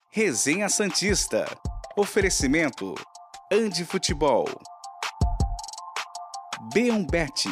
Resenha Santista. Oferecimento Andi Futebol. Beombet.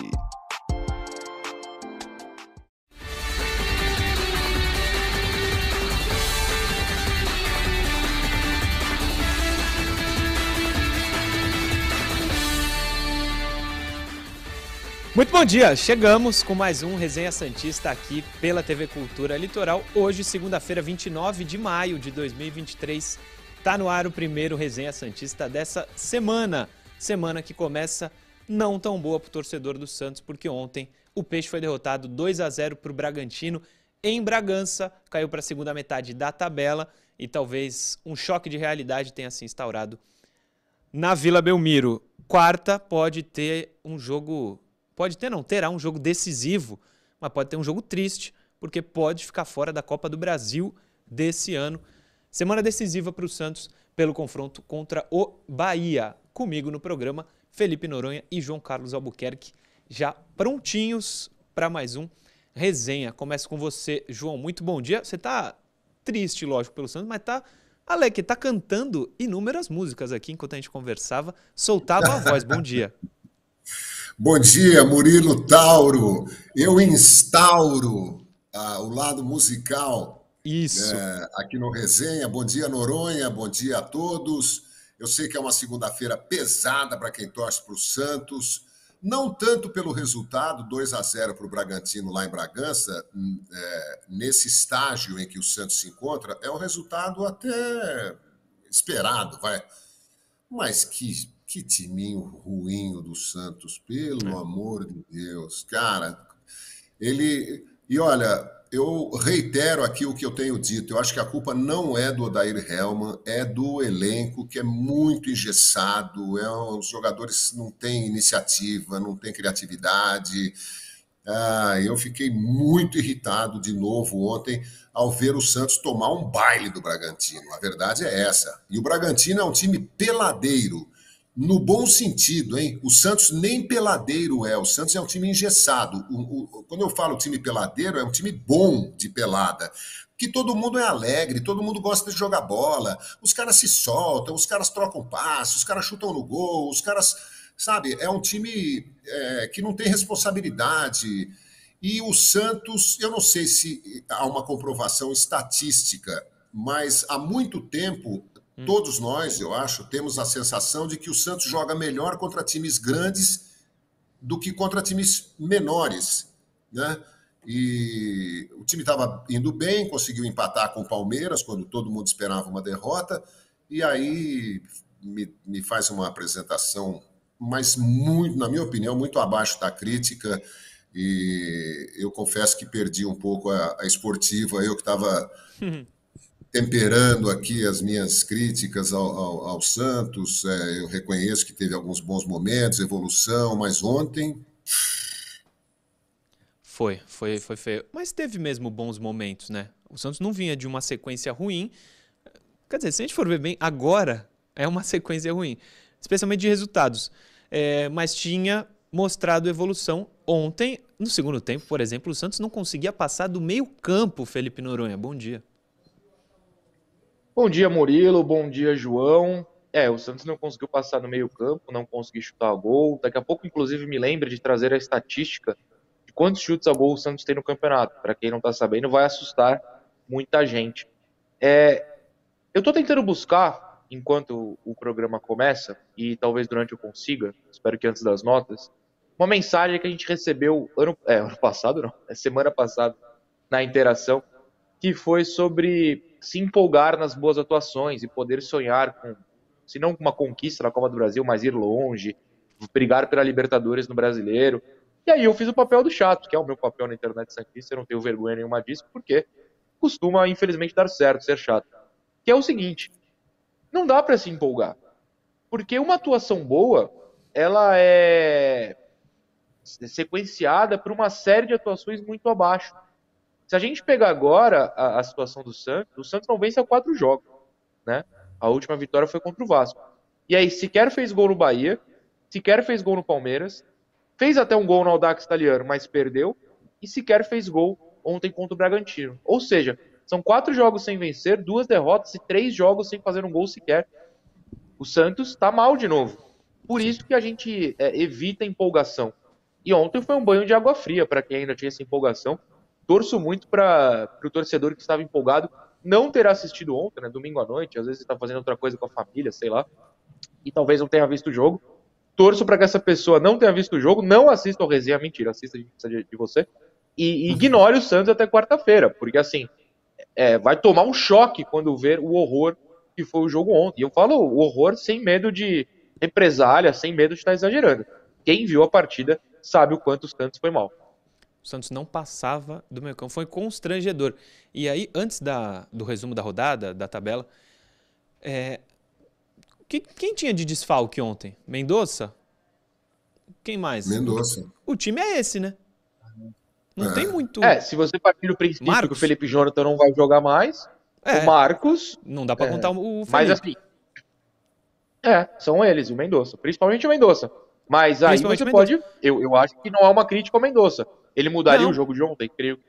Muito bom dia, chegamos com mais um Resenha Santista aqui pela TV Cultura Litoral. Hoje, segunda-feira, 29 de maio de 2023, tá no ar o primeiro Resenha Santista dessa semana. Semana que começa não tão boa pro torcedor do Santos, porque ontem o Peixe foi derrotado 2-0 pro Bragantino em Bragança, caiu para a segunda metade da tabela e talvez um choque de realidade tenha se instaurado na Vila Belmiro. Quarta pode ter um jogo... terá um jogo decisivo, mas pode ter um jogo triste, porque pode ficar fora da Copa do Brasil desse ano. Semana decisiva para o Santos pelo confronto contra o Bahia. Comigo no programa, Felipe Noronha e João Carlos Albuquerque, já prontinhos para mais um Resenha. Começo com você, João. Muito bom dia. Você tá triste, lógico, pelo Santos, mas tá alegre, tá cantando inúmeras músicas aqui enquanto a gente conversava, soltava a voz. Bom dia. Bom dia, Murilo Tauro. Eu instauro o lado musical. Isso. Aqui no Resenha. Bom dia, Noronha. Bom dia a todos. Eu sei que é uma segunda-feira pesada para quem torce para o Santos. Não tanto pelo resultado, 2-0 para o Bragantino lá em Bragança. Nesse estágio em que o Santos se encontra, é um resultado até esperado, vai. Mas que timinho ruim do Santos, pelo amor de Deus. Cara, E olha, eu reitero aqui o que eu tenho dito. Eu acho que a culpa não é do Odair Hellmann, é do elenco, que é muito engessado. Os jogadores não têm iniciativa, não têm criatividade. Eu fiquei muito irritado de novo ontem ao ver o Santos tomar um baile do Bragantino. A verdade é essa. E o Bragantino é um time peladeiro. No bom sentido, hein? O Santos nem peladeiro é. O Santos é um time engessado. Quando eu falo time peladeiro, é um time bom de pelada. Que todo mundo é alegre, todo mundo gosta de jogar bola. Os caras se soltam, os caras trocam passes, os caras chutam no gol, os caras... Sabe? É um time que não tem responsabilidade. E o Santos, eu não sei se há uma comprovação estatística, mas há muito tempo... Todos nós, eu acho, temos a sensação de que o Santos joga melhor contra times grandes do que contra times menores, né? E o time estava indo bem, conseguiu empatar com o Palmeiras quando todo mundo esperava uma derrota, e aí me faz uma apresentação, mas muito, na minha opinião, muito abaixo da crítica, e eu confesso que perdi um pouco a esportiva, eu que estava... temperando aqui as minhas críticas ao Santos. Eu reconheço que teve alguns bons momentos, evolução, mas ontem... Foi feio. Mas teve mesmo bons momentos, né? O Santos não vinha de uma sequência ruim. Quer dizer, se a gente for ver bem, agora é uma sequência ruim, especialmente de resultados. Mas tinha mostrado evolução ontem. No segundo tempo, por exemplo, o Santos não conseguia passar do meio campo, Felipe Noronha. Bom dia. Bom dia, Murilo. Bom dia, João. O Santos não conseguiu passar no meio-campo, não conseguiu chutar a gol. Daqui a pouco, inclusive, me lembra de trazer a estatística de quantos chutes a gol o Santos tem no campeonato. Para quem não está sabendo, vai assustar muita gente. Eu estou tentando buscar, enquanto o programa começa, e talvez durante eu consiga, espero que antes das notas, uma mensagem que a gente recebeu semana passada, na interação, que foi sobre se empolgar nas boas atuações e poder sonhar com, se não com uma conquista na Copa do Brasil, mas ir longe, brigar pela Libertadores no Brasileiro. E aí eu fiz o papel do chato, que é o meu papel na internet santista, eu não tenho vergonha nenhuma disso, porque costuma, infelizmente, dar certo ser chato. Que é o seguinte, não dá para se empolgar, porque uma atuação boa, ela é sequenciada por uma série de atuações muito abaixo. Se a gente pegar agora a situação do Santos não vence há 4 jogos, né? A última vitória foi contra o Vasco. E aí sequer fez gol no Bahia, sequer fez gol no Palmeiras, fez até um gol no Audax Italiano, mas perdeu, e sequer fez gol ontem contra o Bragantino. Ou seja, São 4 jogos sem vencer, 2 derrotas e 3 jogos sem fazer um gol sequer. O Santos tá mal de novo. Por isso que a gente evita empolgação. E ontem foi um banho de água fria para quem ainda tinha essa empolgação. Torço muito para o torcedor que estava empolgado não ter assistido ontem, né, domingo à noite, às vezes está fazendo outra coisa com a família, sei lá, e talvez não tenha visto o jogo. Torço para que essa pessoa não tenha visto o jogo, não assista ao resenha, mentira, assista, a gente precisa de você, e ignore o Santos até quarta-feira, porque assim, vai tomar um choque quando ver o horror que foi o jogo ontem. E eu falo o horror sem medo de represália, sem medo de estar exagerando. Quem viu a partida sabe o quanto o Santos foi mal. O Santos não passava do meio campo, foi constrangedor. E aí, antes do resumo da rodada, da tabela, quem tinha de desfalque ontem? Mendonça? Quem mais? Mendonça. O time é esse, né? Não tem muito... se você partir do princípio que o Marcos. Felipe Jonathan não vai jogar mais, o Marcos... Não dá pra contar o Felipe. Mas assim... são eles, o Mendonça. Principalmente o Mendonça. Mas aí você pode... Eu acho que não é uma crítica ao Mendonça. Ele mudaria o jogo de ontem, creio.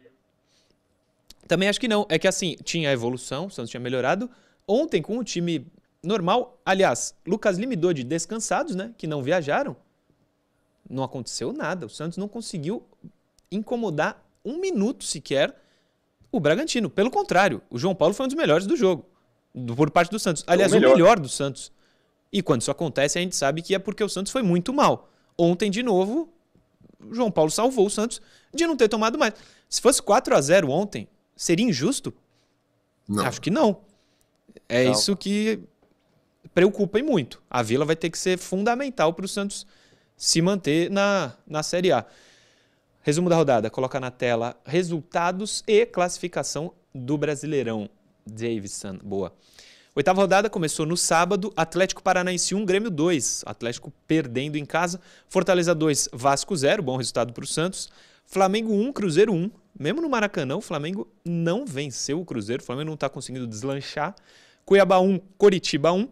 Também acho que não. É que assim, tinha evolução, o Santos tinha melhorado. Ontem, com o time normal, aliás, Lucas Lima e Dodi descansados, né? Que não viajaram. Não aconteceu nada. O Santos não conseguiu incomodar um minuto sequer o Bragantino. Pelo contrário, o João Paulo foi um dos melhores do jogo. Por parte do Santos. Aliás, o melhor do Santos. E quando isso acontece, a gente sabe que é porque o Santos foi muito mal. Ontem, de novo, o João Paulo salvou o Santos de não ter tomado mais. Se fosse 4-0 ontem, seria injusto? Não. Acho que não. Não. Isso que preocupa e muito. A Vila vai ter que ser fundamental para o Santos se manter na Série A. Resumo da rodada. Coloca na tela resultados e classificação do Brasileirão. Davidson, boa. Oitava rodada começou no sábado, Atlético Paranaense 1, Grêmio 2, Atlético perdendo em casa, Fortaleza 2, Vasco 0, bom resultado para o Santos, Flamengo 1, Cruzeiro 1, mesmo no Maracanã o Flamengo não venceu o Cruzeiro, o Flamengo não está conseguindo deslanchar, Cuiabá 1, Coritiba 1,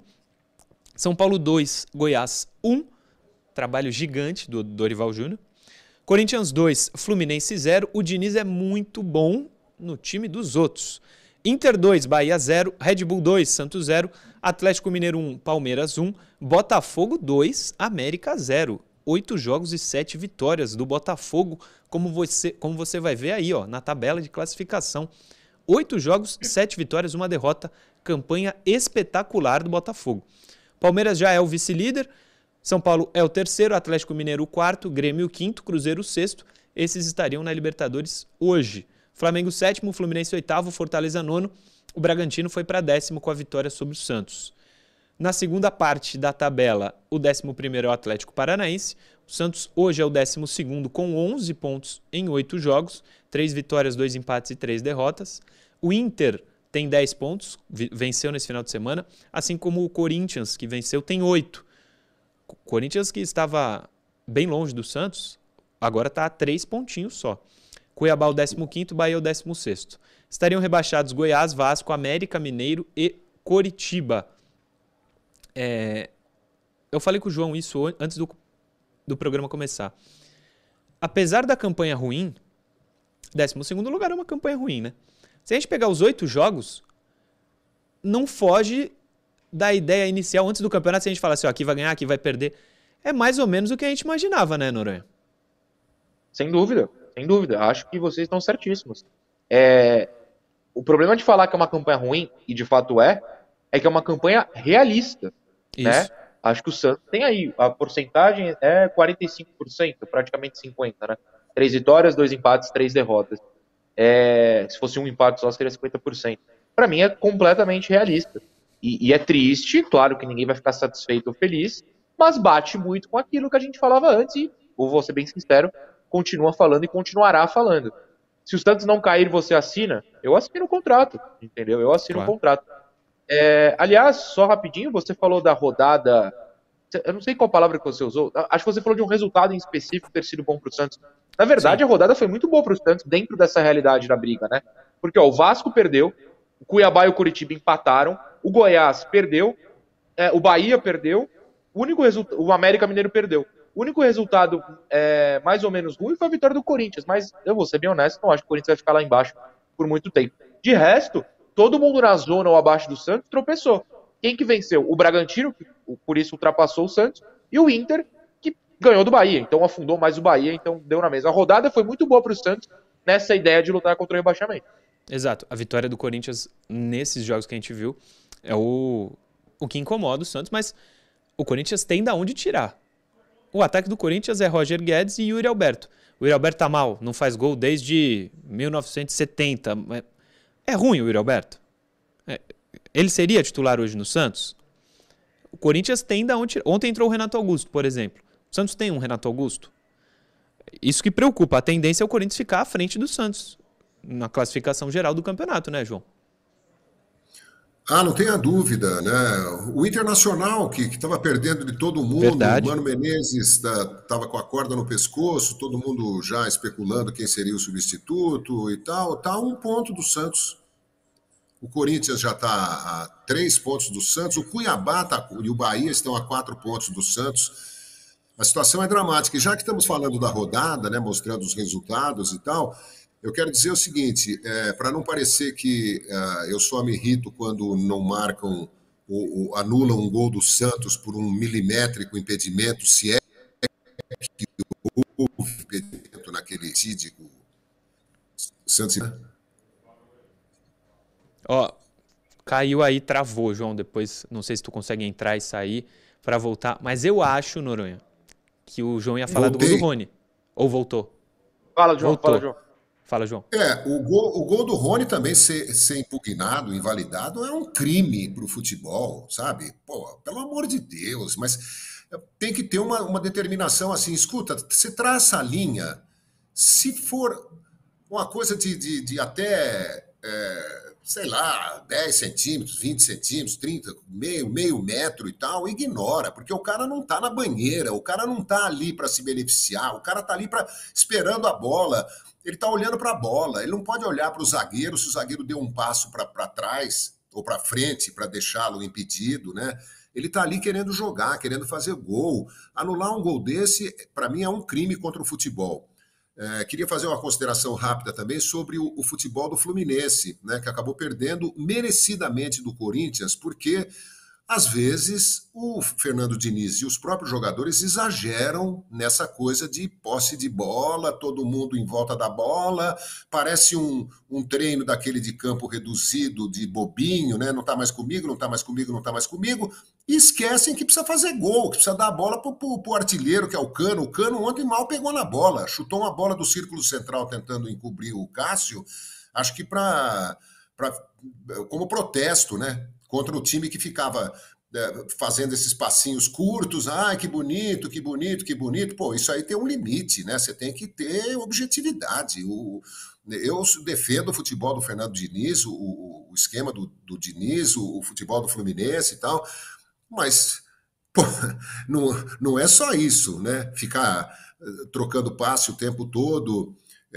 São Paulo 2, Goiás 1, trabalho gigante do Dorival Júnior, Corinthians 2, Fluminense 0, o Diniz é muito bom no time dos outros, Inter 2, Bahia 0, Red Bull 2, Santos 0, Atlético Mineiro 1, Palmeiras 1, Botafogo 2, América 0. 8 jogos e 7 vitórias do Botafogo, como você vai ver aí, ó, na tabela de classificação. 8 jogos, 7 vitórias, 1 derrota, campanha espetacular do Botafogo. Palmeiras já é o vice-líder, São Paulo é o terceiro, Atlético Mineiro o quarto, Grêmio o quinto, Cruzeiro o sexto. Esses estariam na Libertadores hoje. Flamengo sétimo, Fluminense oitavo, Fortaleza nono. O Bragantino foi para décimo com a vitória sobre o Santos. Na segunda parte da tabela, o 11º é o Atlético Paranaense. O Santos hoje é o 12º com 11 pontos em 8 jogos. 3 vitórias, 2 empates e 3 derrotas. O Inter tem 10 pontos, venceu nesse final de semana. Assim como o Corinthians, que venceu, tem 8. O Corinthians, que estava bem longe do Santos, agora está a 3 pontinhos só. Cuiabá o 15º, Bahia o 16º. Estariam rebaixados Goiás, Vasco, América Mineiro e Coritiba. Eu falei com o João isso antes do programa começar. Apesar da campanha ruim, 12º lugar é uma campanha ruim, né? Se a gente pegar os 8 jogos, não foge da ideia inicial antes do campeonato, se a gente falar assim, ó, aqui vai ganhar, aqui vai perder. É mais ou menos o que a gente imaginava, né, Noronha? Sem dúvida. Acho que vocês estão certíssimos. O problema de falar que é uma campanha ruim, e de fato é que é uma campanha realista. Né? Acho que o Santos tem aí, a porcentagem é 45%, praticamente 50%, né? 3 vitórias, 2 empates, 3 derrotas. Se fosse um empate só, seria 50%. Para mim é completamente realista. E é triste, claro que ninguém vai ficar satisfeito ou feliz, mas bate muito com aquilo que a gente falava antes e, vou ser bem sincero, continua falando e continuará falando. Se o Santos não cair, você assina? Eu assino o contrato, entendeu? Eu assino o contrato. Aliás, só rapidinho, você falou da rodada, eu não sei qual palavra que você usou, acho que você falou de um resultado em específico ter sido bom para o Santos. Na verdade, a rodada foi muito boa para o Santos dentro dessa realidade da briga, né? Porque o Vasco perdeu, o Cuiabá e o Coritiba empataram, o Goiás perdeu, o Bahia perdeu, o América Mineiro perdeu. O único resultado mais ou menos ruim foi a vitória do Corinthians, mas eu vou ser bem honesto, não acho que o Corinthians vai ficar lá embaixo por muito tempo. De resto, todo mundo na zona ou abaixo do Santos tropeçou. Quem que venceu? O Bragantino, que por isso ultrapassou o Santos, e o Inter, que ganhou do Bahia. Então afundou mais o Bahia, então deu na mesma. A rodada foi muito boa para o Santos nessa ideia de lutar contra o rebaixamento. Exato. A vitória do Corinthians nesses jogos que a gente viu é o que incomoda o Santos, mas o Corinthians tem da onde tirar. O ataque do Corinthians é Roger Guedes e Yuri Alberto. O Yuri Alberto tá mal, não faz gol desde 1970. É ruim o Yuri Alberto? Ele seria titular hoje no Santos? O Corinthians tem da onde tirar. Ontem entrou o Renato Augusto, por exemplo. O Santos tem um Renato Augusto? Isso que preocupa. A tendência é o Corinthians ficar à frente do Santos na classificação geral do campeonato, né, João? Não tenha dúvida, né? O Internacional, que estava perdendo de todo mundo, Verdade. o Mano Menezes estava com a corda no pescoço, todo mundo já especulando quem seria o substituto e tal. Está a 1 ponto do Santos. O Corinthians já está a 3 pontos do Santos, o Cuiabá e o Bahia estão a 4 pontos do Santos. A situação é dramática. E já que estamos falando da rodada, né, mostrando os resultados e tal, eu quero dizer o seguinte, para não parecer que eu só me irrito quando não marcam ou anulam um gol do Santos por um milimétrico impedimento, se é que houve impedimento naquele tídico Santos. Ó, caiu aí, travou, João. Depois, não sei se tu consegue entrar e sair para voltar. Mas eu acho, Noronha, que o João ia falar do gol do Rony. Ou voltou? Fala, João. Voltou. Fala, João. Fala, João. O gol do Rony também ser impugnado, invalidado, é um crime para o futebol, sabe? Pô, pelo amor de Deus, mas tem que ter uma determinação assim, escuta, você traz essa linha, se for uma coisa de até, sei lá, 10 centímetros, 20 centímetros, 30, meio metro e tal, ignora, porque o cara não tá na banheira, o cara não tá ali para se beneficiar, o cara tá ali esperando a bola. Ele está olhando para a bola, ele não pode olhar para o zagueiro se o zagueiro deu um passo para trás ou para frente para deixá-lo impedido, né? Ele está ali querendo jogar, querendo fazer gol. Anular um gol desse, para mim, é um crime contra o futebol. Queria fazer uma consideração rápida também sobre o futebol do Fluminense, né, que acabou perdendo merecidamente do Corinthians, porque às vezes o Fernando Diniz e os próprios jogadores exageram nessa coisa de posse de bola, todo mundo em volta da bola, parece um treino daquele de campo reduzido, de bobinho, né? Não tá mais comigo, não tá mais comigo, não tá mais comigo, e esquecem que precisa fazer gol, que precisa dar a bola pro artilheiro, que é o Cano. O Cano ontem mal pegou na bola, chutou uma bola do círculo central tentando encobrir o Cássio, acho que como protesto, né? Contra o time que ficava fazendo esses passinhos curtos. Que bonito, que bonito, que bonito. Pô, isso aí tem um limite, né? Você tem que ter objetividade. Eu defendo o futebol do Fernando Diniz, o esquema do Diniz, o futebol do Fluminense e tal, mas pô, não é só isso, né? Ficar trocando passe o tempo todo.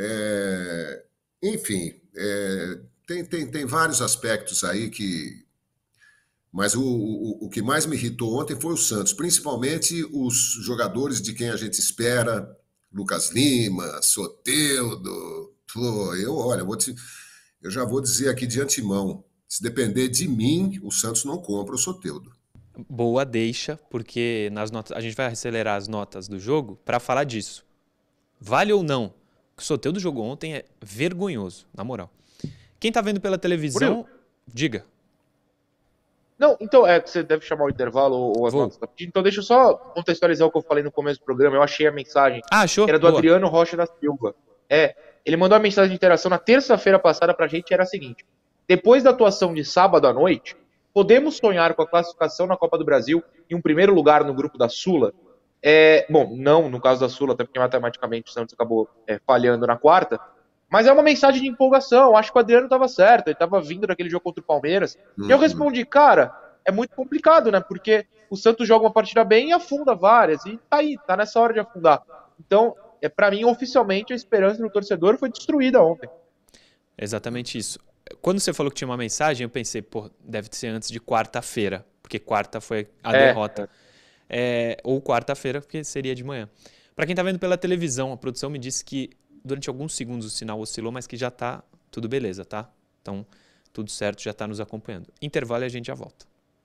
Enfim, tem vários aspectos aí que... Mas o que mais me irritou ontem foi o Santos, principalmente os jogadores de quem a gente espera, Lucas Lima, Soteldo. Pô, eu já vou dizer aqui de antemão, se depender de mim, o Santos não compra o Soteldo. Boa deixa, porque nas notas, a gente vai acelerar as notas do jogo para falar disso. Vale ou não? O que o Soteldo jogou ontem é vergonhoso, na moral. Quem tá vendo pela televisão, diga. Não, então, você deve chamar o intervalo ou as notas. Então deixa eu só contextualizar o que eu falei no começo do programa. Eu achei a mensagem. Achou? Que era do Adriano Rocha da Silva. Ele mandou uma mensagem de interação na terça-feira passada pra gente, era a seguinte: depois da atuação de sábado à noite, podemos sonhar com a classificação na Copa do Brasil e um primeiro lugar no grupo da Sula? Bom, não no caso da Sula, até porque matematicamente o Santos acabou falhando na quarta. Mas é uma mensagem de empolgação. Acho que o Adriano estava certo. Ele estava vindo daquele jogo contra o Palmeiras. E eu respondi, cara, é muito complicado, né? Porque o Santos joga uma partida bem e afunda várias. E tá nessa hora de afundar. Então, para mim, oficialmente, a esperança do torcedor foi destruída ontem. Exatamente isso. Quando você falou que tinha uma mensagem, eu pensei, pô, deve ser antes de quarta-feira. Porque quarta foi a derrota. Ou quarta-feira, porque seria de manhã. Para quem tá vendo pela televisão, a produção me disse que durante alguns segundos o sinal oscilou, mas que já tá tudo beleza, tá? Então, tudo certo, já está nos acompanhando. Intervalo e a gente já volta.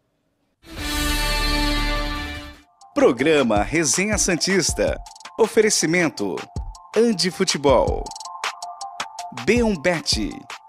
Programa Resenha Santista. Oferecimento Andi Futebol. B1Bet.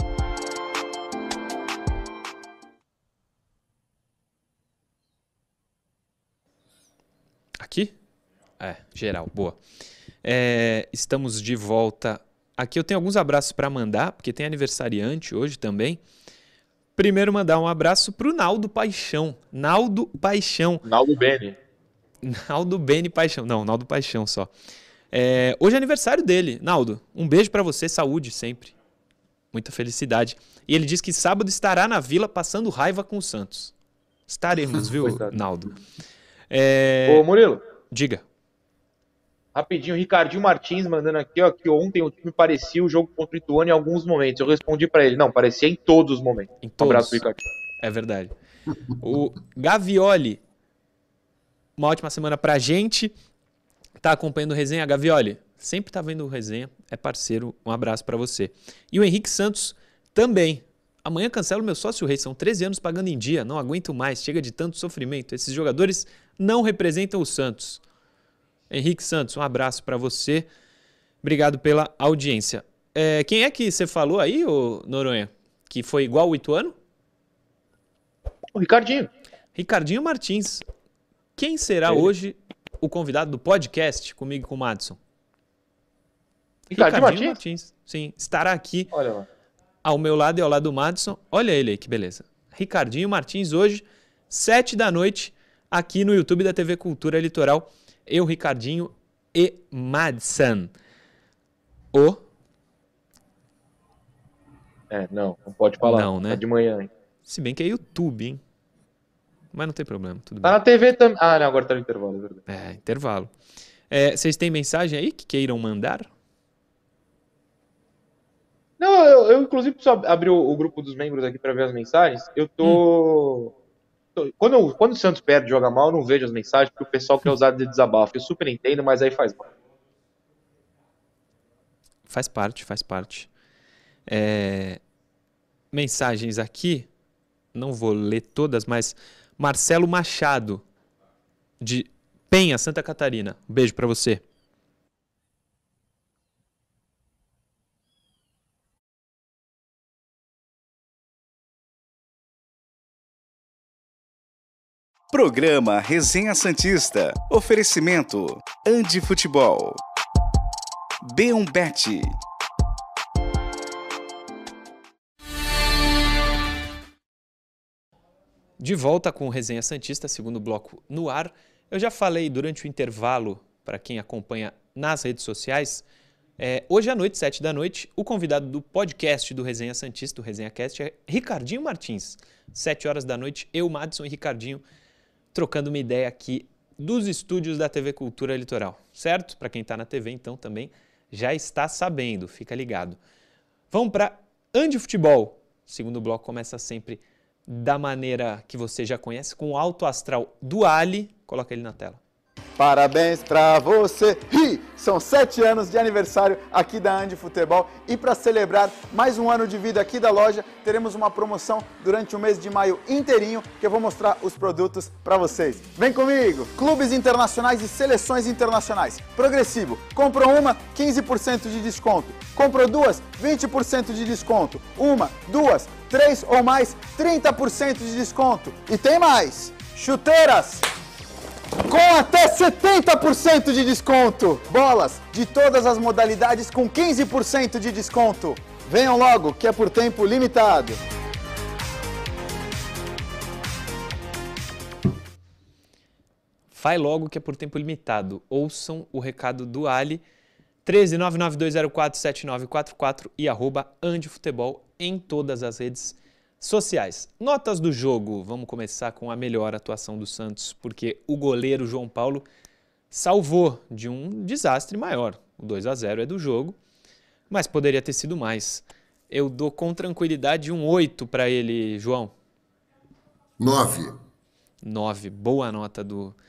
Aqui? Geral, boa. Estamos de volta. Aqui eu tenho alguns abraços para mandar, porque tem aniversariante hoje também. Primeiro mandar um abraço para o Naldo Paixão. Naldo Paixão. Naldo Beni. Naldo Beni Paixão. Não, Naldo Paixão só. Hoje é aniversário dele. Naldo, um beijo para você, saúde sempre. Muita felicidade. E ele diz que sábado estará na Vila passando raiva com o Santos. Estaremos, viu, Naldo? Ô, Murilo. Diga. Rapidinho, o Ricardinho Martins mandando aqui, ó, que ontem o time parecia o jogo contra o Ituano em alguns momentos. Eu respondi pra ele, não, parecia em todos os momentos. Em todos. Um abraço pro Ricardinho. É verdade. O Gavioli, uma ótima semana pra gente. Tá acompanhando o Resenha. Gavioli, sempre tá vendo o Resenha, é parceiro, um abraço pra você. E o Henrique Santos também. Amanhã cancelo meu sócio rei, são 13 anos pagando em dia, não aguento mais, chega de tanto sofrimento. Esses jogadores não representam o Santos. Henrique Santos, um abraço para você. Obrigado pela audiência. Quem é que você falou aí, ô Noronha? Que foi igual o Ituano? O Ricardinho. Ricardinho Martins. Quem será hoje o convidado do podcast comigo e com o Madison? Ricardinho Martins? Sim, estará aqui. Olha lá. Ao meu lado e ao lado do Madison. Olha ele aí, que beleza. Ricardinho Martins hoje, 7 da noite, aqui no YouTube da TV Cultura Litoral. Eu, Ricardinho e Madison. Não pode falar. Não, né? Tá de manhã, hein? Se bem que é YouTube, hein? Mas não tem problema, tudo Tá bem. na TV também. Ah, não, agora tá no intervalo, é verdade. Intervalo. Vocês têm mensagem aí que queiram mandar? Não, eu inclusive só abri o grupo dos membros aqui pra ver as mensagens. Eu tô... Quando o Santos perde e joga mal, eu não vejo as mensagens, porque o pessoal quer usar de desabafo. Eu super entendo, mas aí faz mal. Faz parte. Mensagens aqui, não vou ler todas, mas Marcelo Machado, de Penha, Santa Catarina. Um beijo pra você. Programa Resenha Santista. Oferecimento Andi Futebol. B1Bet. De volta com o Resenha Santista, segundo bloco no ar. Eu já falei durante o intervalo, para quem acompanha nas redes sociais, hoje à noite, 7 da noite, o convidado do podcast do Resenha Santista, do Resenha Cast, é Ricardinho Martins. 7 horas da noite, eu, Madison e Ricardinho, trocando uma ideia aqui dos estúdios da TV Cultura Litoral, certo? Para quem está na TV, então, também já está sabendo, fica ligado. Vamos para Andi Futebol. O segundo bloco começa sempre da maneira que você já conhece, com o alto astral do Ali. Coloca ele na tela. Parabéns pra você! São 7 anos de aniversário aqui da Andi Futebol e para celebrar mais um ano de vida aqui da loja, teremos uma promoção durante o mês de maio inteirinho que eu vou mostrar os produtos para vocês. Vem comigo! Clubes internacionais e seleções internacionais. Progressivo. Comprou uma, 15% de desconto. Comprou duas, 20% de desconto. Uma, duas, 3 ou mais, 30% de desconto. E tem mais! Chuteiras! Com até 70% de desconto. Bolas de todas as modalidades com 15% de desconto. Venham logo, que é por tempo limitado. Vai logo, que é por tempo limitado. Ouçam o recado do Ali. 13992047944 e @andifutebol em todas as redes sociais. Notas do jogo. Vamos começar com a melhor atuação do Santos, porque o goleiro João Paulo salvou de um desastre maior. O 2-0 é do jogo, mas poderia ter sido mais. Eu dou com tranquilidade um 8 para ele, João. 9. 9. Boa nota do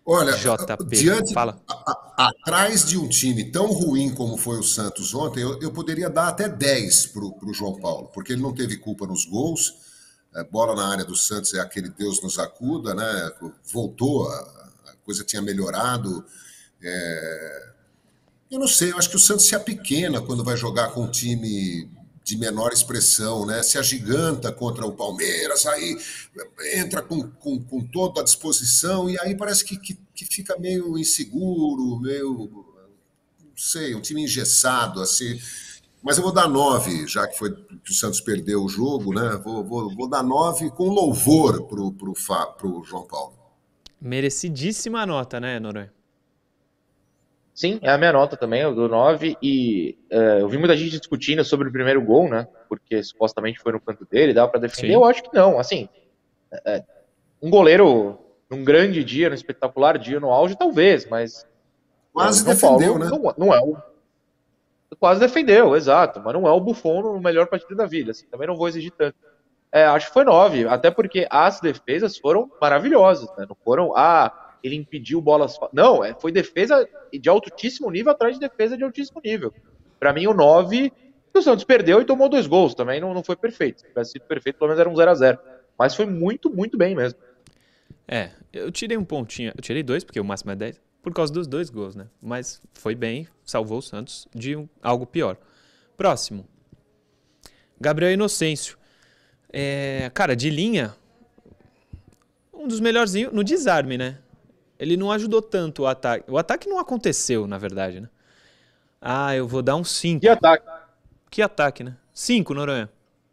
Olha, JP, fala. atrás de um time tão ruim como foi o Santos ontem, eu poderia dar até 10 para o João Paulo, porque ele não teve culpa nos gols. Bola na área do Santos é aquele Deus nos acuda, né? Voltou, a coisa tinha melhorado. Eu não sei, eu acho que o Santos se apequena quando vai jogar com um time de menor expressão, né? Se agiganta contra o Palmeiras, aí entra com toda a disposição e aí parece que fica meio inseguro, meio, não sei, um time engessado, assim. Mas eu vou dar 9, já que foi que o Santos perdeu o jogo, né? Vou dar 9 com louvor pro João Paulo. Merecidíssima nota, né, Noronha? Sim, é a minha nota também, eu dou 9. E eu vi muita gente discutindo sobre o primeiro gol, né? Porque supostamente foi no canto dele, dava pra defender. Sim. Eu acho que não. Assim, um goleiro num grande dia, num espetacular dia, no auge, talvez, mas Quase João defendeu, Paulo né? não é o. Quase defendeu, exato, mas não é o Buffon no melhor partido da vida. Assim, também não vou exigir tanto. Acho que foi 9, até porque as defesas foram maravilhosas, né? Não foram, ele impediu bolas. Não, foi defesa de altíssimo nível atrás de defesa de altíssimo nível. Para mim, o 9, o Santos perdeu e tomou 2 gols. Também não foi perfeito. Se tivesse sido perfeito, pelo menos era um 0-0. Mas foi muito, muito bem mesmo. Eu tirei um pontinho. Eu tirei 2, porque o máximo é 10, por causa dos 2 gols, né? Mas foi bem, salvou o Santos de algo pior. Próximo. Gabriel Inocêncio. Cara, de linha, um dos melhorzinhos no desarme, né? Ele não ajudou tanto o ataque. O ataque não aconteceu, na verdade, né? Eu vou dar um 5. Que ataque. Que ataque, né? 5, Noronha.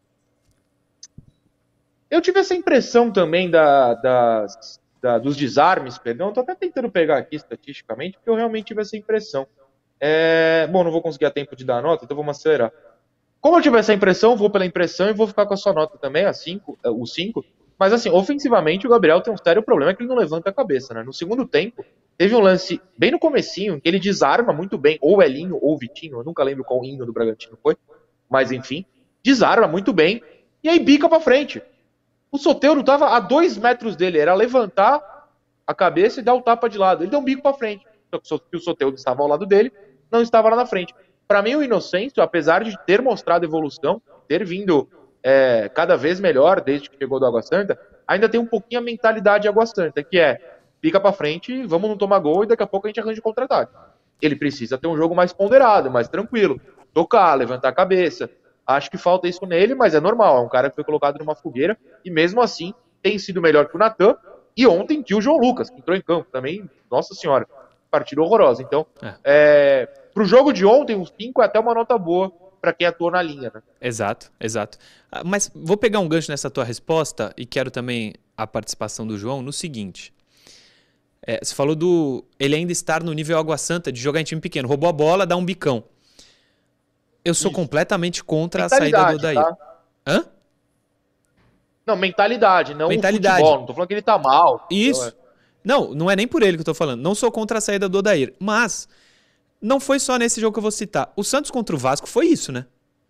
Eu tive essa impressão também dos desarmes, perdão. Tô até tentando pegar aqui estatisticamente, porque eu realmente tive essa impressão. Bom, não vou conseguir a tempo de dar a nota, então vamos acelerar. Como eu tive essa impressão, vou pela impressão e vou ficar com a sua nota também, o 5. Mas assim, ofensivamente o Gabriel tem um sério problema, que ele não levanta a cabeça, né? No segundo tempo, teve um lance bem no comecinho, que ele desarma muito bem, ou o Elinho ou o Vitinho, eu nunca lembro qual hino do Bragantino foi, mas enfim, desarma muito bem, e aí bica pra frente. O Soteldo tava a 2 metros dele, era levantar a cabeça e dar o tapa de lado. Ele deu um bico pra frente, só que o Soteldo estava ao lado dele, não estava lá na frente. Para mim, o Inocêncio, apesar de ter mostrado evolução, ter vindo cada vez melhor desde que chegou do Água Santa, ainda tem um pouquinho a mentalidade Água Santa, que pica para frente, vamos não tomar gol e daqui a pouco a gente arranja contra-ataque. Ele precisa ter um jogo mais ponderado, mais tranquilo, tocar, levantar a cabeça. Acho que falta isso nele, mas é normal, é um cara que foi colocado numa fogueira e mesmo assim tem sido melhor que o Natan. E ontem tinha o João Lucas, que entrou em campo também, nossa senhora, partida horrorosa. Então, pro jogo de ontem, um 5 é até uma nota boa para quem atuou na linha, né? Exato. Mas vou pegar um gancho nessa tua resposta e quero também a participação do João no seguinte. Você falou ele ainda estar no nível Água Santa, de jogar em time pequeno. Roubou a bola, dá um bicão. Eu sou completamente contra a saída do Odair. Tá? Hã? Não, mentalidade, não o futebol. Não tô falando que ele tá mal. Isso. Não é nem por ele que eu tô falando. Não sou contra a saída do Odair. Mas não foi só nesse jogo que eu vou citar. O Santos contra o Vasco foi isso, né?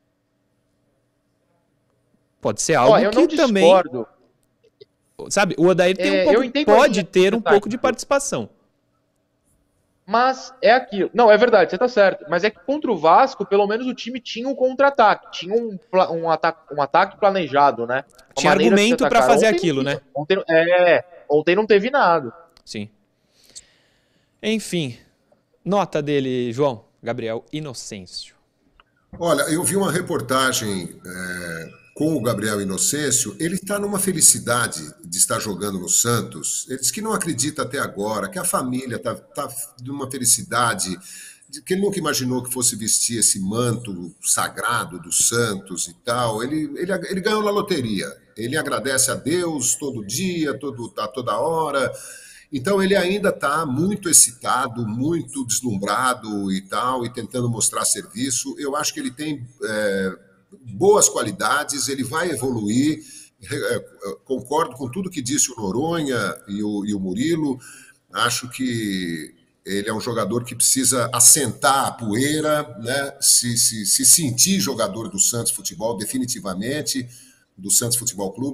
Pode ser algo eu que não também... discordo. Sabe, o Odair tem pode ter um pouco de participação. Mas é aquilo. Não, é verdade, você tá certo. Mas é que contra o Vasco, pelo menos o time tinha um contra-ataque. Tinha um ataque planejado, né? Tinha argumento pra fazer aquilo, né? Ontem não teve nada. Sim. Enfim, nota dele, João. Gabriel Inocêncio. Olha, eu vi uma reportagem com o Gabriel Inocêncio. Ele está numa felicidade de estar jogando no Santos. Ele diz que não acredita até agora, que a família está numa felicidade, de que ele nunca imaginou que fosse vestir esse manto sagrado do Santos e tal. Ele ganhou na loteria. Ele agradece a Deus todo dia, toda hora. Então ele ainda está muito excitado, muito deslumbrado e tal, e tentando mostrar serviço. Eu acho que ele tem boas qualidades, ele vai evoluir. Concordo com tudo que disse o Noronha e o Murilo. Acho que ele é um jogador que precisa assentar a poeira, né? se sentir jogador do Santos Futebol, definitivamente, do Santos Futebol Clube.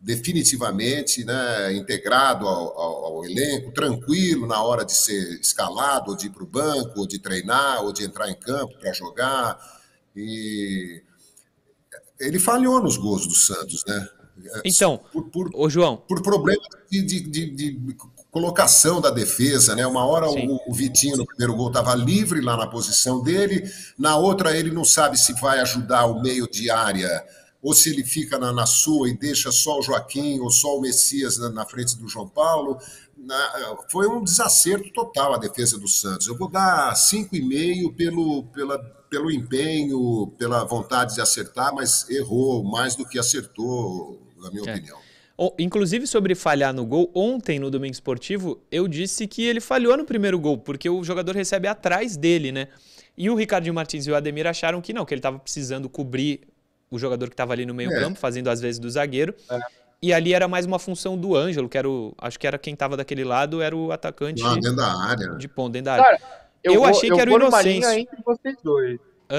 definitivamente, né, integrado ao elenco, tranquilo na hora de ser escalado, ou de ir para o banco, ou de treinar, ou de entrar em campo para jogar. E ele falhou nos gols do Santos, né? Então, ô João, por problemas de colocação da defesa, né? Uma hora o Vitinho no primeiro gol estava livre lá na posição dele, na outra ele não sabe se vai ajudar o meio de área ou se ele fica na sua e deixa só o Joaquim ou só o Messias na frente do João Paulo. Foi um desacerto total a defesa do Santos. Eu vou dar 5,5 pelo empenho, pela vontade de acertar, mas errou mais do que acertou, na minha opinião. Inclusive, sobre falhar no gol, ontem no Domingo Esportivo, eu disse que ele falhou no primeiro gol, porque o jogador recebe atrás dele, né? E o Ricardinho Martins e o Ademir acharam que não, que ele estava precisando cobrir o jogador que estava ali no meio campo, fazendo às vezes do zagueiro. E ali era mais uma função do Ângelo, que era acho que era quem estava daquele lado, era o atacante dentro da área. De ponta, dentro da área. Cara, eu achei que era o Inocêncio. Entre vocês dois.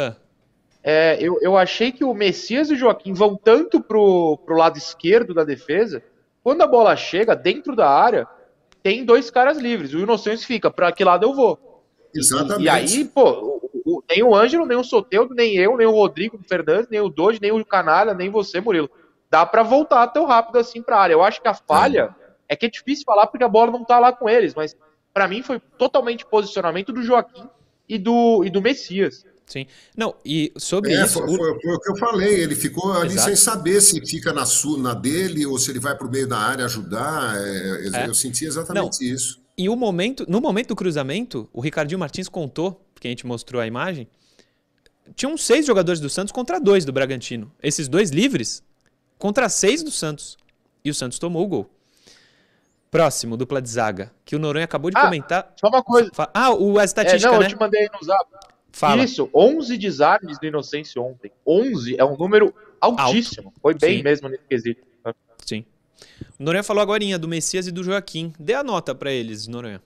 Eu achei que o Messias e o Joaquim vão tanto pro lado esquerdo da defesa, quando a bola chega dentro da área, tem dois caras livres. O Inocêncio fica, para que lado eu vou? Exatamente. E aí, pô, nem o Ângelo, nem o Soteldo, nem eu, nem o Rodrigo Fernandes, nem o Doge, nem o Canalha, nem você, Murilo. Dá pra voltar tão rápido assim pra área. Eu acho que a falha é que é difícil falar porque a bola não tá lá com eles, mas pra mim foi totalmente posicionamento do Joaquim e do Messias. Sim. Não, e sobre isso... Foi o que eu falei, ele ficou ali sem saber se fica na dele ou se ele vai pro meio da área ajudar. Eu senti exatamente isso. E no momento do cruzamento, o Ricardinho Martins contou, porque a gente mostrou a imagem, tinham 6 jogadores do Santos contra 2 do Bragantino. Esses 2 livres contra 6 do Santos. E o Santos tomou o gol. Próximo, dupla de zaga, que o Noronha acabou de comentar. Só uma coisa. A estatística, né? Eu te mandei aí no Zap. Fala. Isso, 11 desarmes do Inocêncio ontem. 11 é um número altíssimo. Foi bem mesmo nesse quesito. Sim. O Noronha falou agorinha do Messias e do Joaquim. Dê a nota pra eles, Noronha.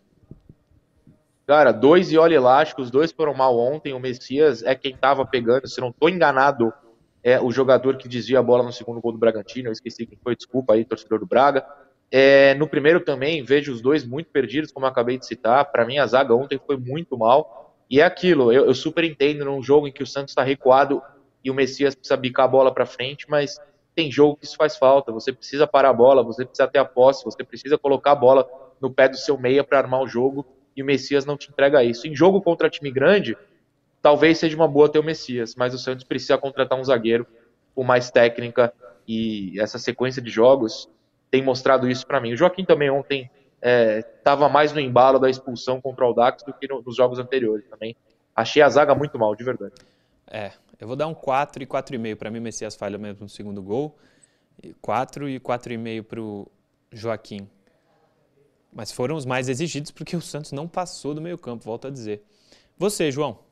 Cara, 2 e olha elástico, os 2 foram mal ontem. O Messias é quem tava pegando, se não tô enganado, é o jogador que desvia a bola no segundo gol do Bragantino. Eu esqueci quem foi, desculpa aí, torcedor do Braga. No primeiro também, vejo os 2 muito perdidos, como eu acabei de citar. Pra mim, a zaga ontem foi muito mal. E é aquilo, eu super entendo num jogo em que o Santos tá recuado e o Messias precisa bicar a bola pra frente, mas tem jogo que isso faz falta. Você precisa parar a bola, você precisa ter a posse, você precisa colocar a bola no pé do seu meia pra armar o jogo. E o Messias não te entrega isso. Em jogo contra time grande, talvez seja uma boa ter o Messias, mas o Santos precisa contratar um zagueiro com mais técnica, e essa sequência de jogos tem mostrado isso para mim. O Joaquim também ontem estava mais no embalo da expulsão contra o Audax do que nos jogos anteriores também. Achei a zaga muito mal, de verdade. Eu vou dar um 4 e 4,5. Para mim, o Messias falha mesmo no segundo gol. 4 e 4,5 para o Joaquim. Mas foram os mais exigidos porque o Santos não passou do meio campo, volto a dizer. Você, João?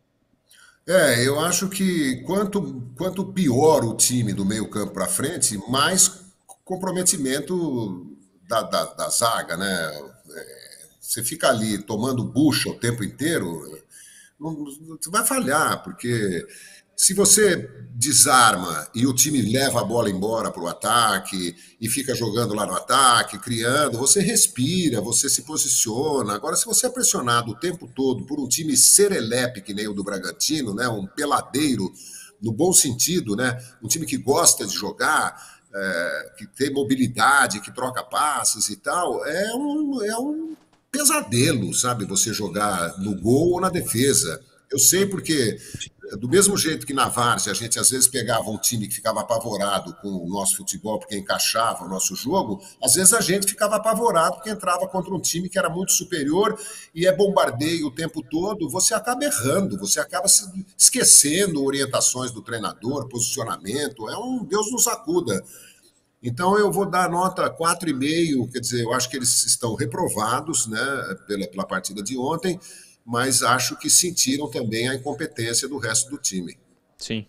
Eu acho que quanto pior o time do meio campo para frente, mais comprometimento da zaga, né? Você fica ali tomando bucha o tempo inteiro, você vai falhar, porque se você desarma e o time leva a bola embora para o ataque e fica jogando lá no ataque, criando, você respira, você se posiciona. Agora, se você é pressionado o tempo todo por um time serelepe, que nem o do Bragantino, né, um peladeiro, no bom sentido, né, um time que gosta de jogar, que tem mobilidade, que troca passes e tal, é um pesadelo, sabe, você jogar no gol ou na defesa. Eu sei porque, do mesmo jeito que na várzea a gente às vezes pegava um time que ficava apavorado com o nosso futebol porque encaixava o nosso jogo, às vezes a gente ficava apavorado porque entrava contra um time que era muito superior e bombardeio o tempo todo, você acaba errando, você acaba se esquecendo orientações do treinador, posicionamento, Deus nos acuda. Então eu vou dar nota 4,5, quer dizer, eu acho que eles estão reprovados, né, pela partida de ontem, mas acho que sentiram também a incompetência do resto do time. Sim.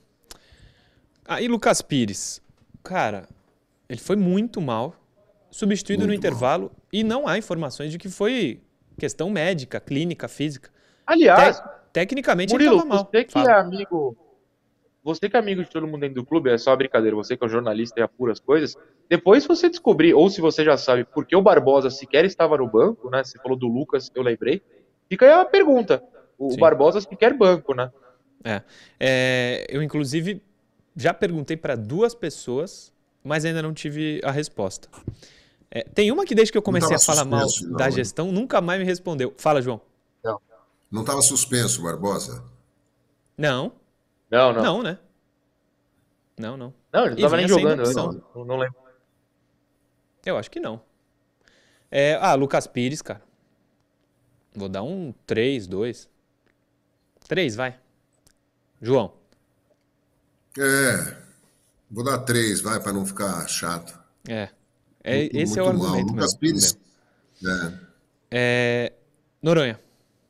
E Lucas Pires? Cara, ele foi muito mal, substituído no intervalo, e não há informações de que foi questão médica, clínica, física. Aliás, tecnicamente Murilo, ele estava mal. Você que é amigo... você que é amigo de todo mundo dentro do clube, é só brincadeira, você que é um jornalista e apura as coisas, depois se você descobrir, ou se você já sabe por que o Barbosa sequer estava no banco, né? Você falou do Lucas, eu lembrei, fica aí a pergunta. O Sim. Barbosa sequer banco, né? Eu, inclusive, já perguntei para 2 pessoas, mas ainda não tive a resposta. Tem uma que desde que eu comecei a falar mal suspenso, não, da né? gestão, nunca mais me respondeu. Fala, João. Não estava suspenso, Barbosa? Não, Não, não. não, né? Não. Não, ele não E tava nem vinha sendo jogando, opção. não lembro. Eu acho que não. Lucas Pires, cara. Vou dar um 3, 2. 3, vai. João. Vou dar 3, vai, para não ficar chato. Esse é o Muito mal. argumento Lucas meu. Pires. Noronha.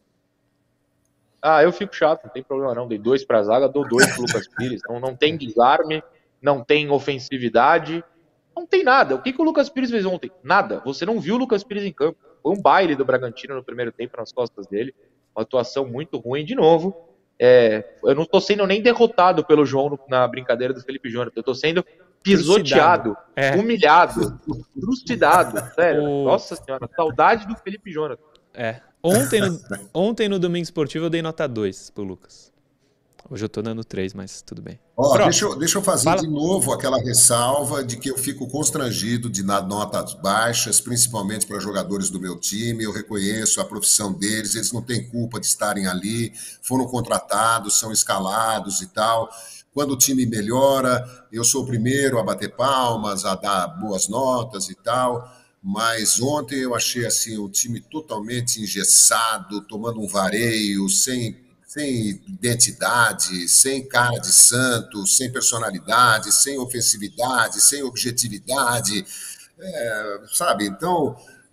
Eu fico chato, não tem problema não. Dei 2 pra zaga, dou 2 pro Lucas Pires. Não tem desarme, não tem ofensividade, não tem nada. O que o Lucas Pires fez ontem? Nada. Você não viu o Lucas Pires em campo. Foi um baile do Bragantino no primeiro tempo nas costas dele. Uma atuação muito ruim. De novo, eu não tô sendo nem derrotado pelo João na brincadeira do Felipe Júnior. Eu tô sendo pisoteado, humilhado, trucidado. Sério. Nossa senhora, saudade do Felipe Júnior. Ontem no Domingo Esportivo eu dei nota 2 pro Lucas. Hoje eu tô dando 3, mas tudo bem. Deixa eu fazer de novo aquela ressalva de que eu fico constrangido de dar notas baixas, principalmente para jogadores do meu time. Eu reconheço a profissão deles, eles não têm culpa de estarem ali, foram contratados, são escalados e tal. Quando o time melhora, eu sou o primeiro a bater palmas, a dar boas notas e tal. Mas ontem eu achei assim o time totalmente engessado, tomando um vareio, sem identidade, sem cara de santo, sem personalidade, sem ofensividade, sem objetividade, sabe? Então,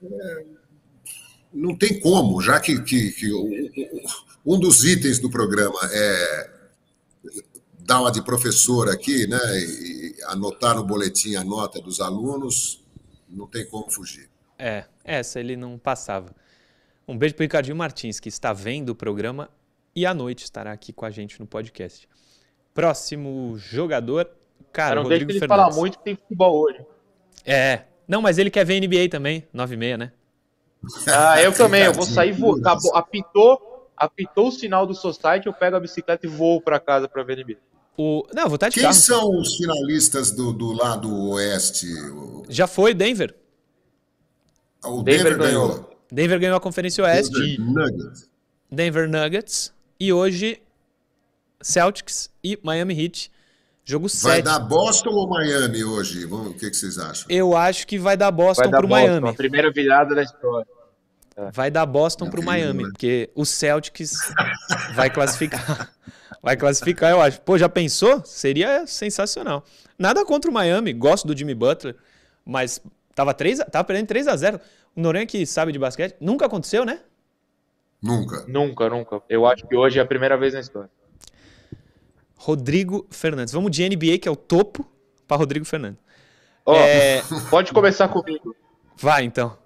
não tem como, já que um dos itens do programa é dar uma de professor aqui, né, e anotar no boletim a nota dos alunos, não tem como fugir. Essa ele não passava. Um beijo pro Ricardinho Martins, que está vendo o programa e à noite estará aqui com a gente no podcast. Próximo jogador, cara, não Rodrigo deixa ele Fernandes. falar muito que tem futebol hoje. Não, mas ele quer ver NBA também, 9h30, né? Eu também, eu vou sair, apitou o sinal do Society, eu pego a bicicleta e vou para casa para ver NBA. Não, vou estar de Quem carro. são os finalistas do lado oeste? Já foi Denver. O Denver ganhou. Denver ganhou a Conferência Oeste. Denver Nuggets. E hoje, Celtics e Miami Heat. Jogo 7. Vai dar Boston ou Miami hoje? O que vocês acham? Eu acho que vai dar Boston pro Miami. A primeira virada da história. Vai dar Boston pro Miami, né? Porque o Celtics vai classificar. Vai classificar, eu acho. Pô, já pensou? Seria sensacional. Nada contra o Miami, gosto do Jimmy Butler, mas tava perdendo 3-0. O Noronha, que sabe de basquete, nunca aconteceu, né? Nunca. Eu acho que hoje é a primeira vez na história. Rodrigo Fernandes. Vamos de NBA, que é o topo, para Rodrigo Fernandes. Pode começar comigo. Vai, então.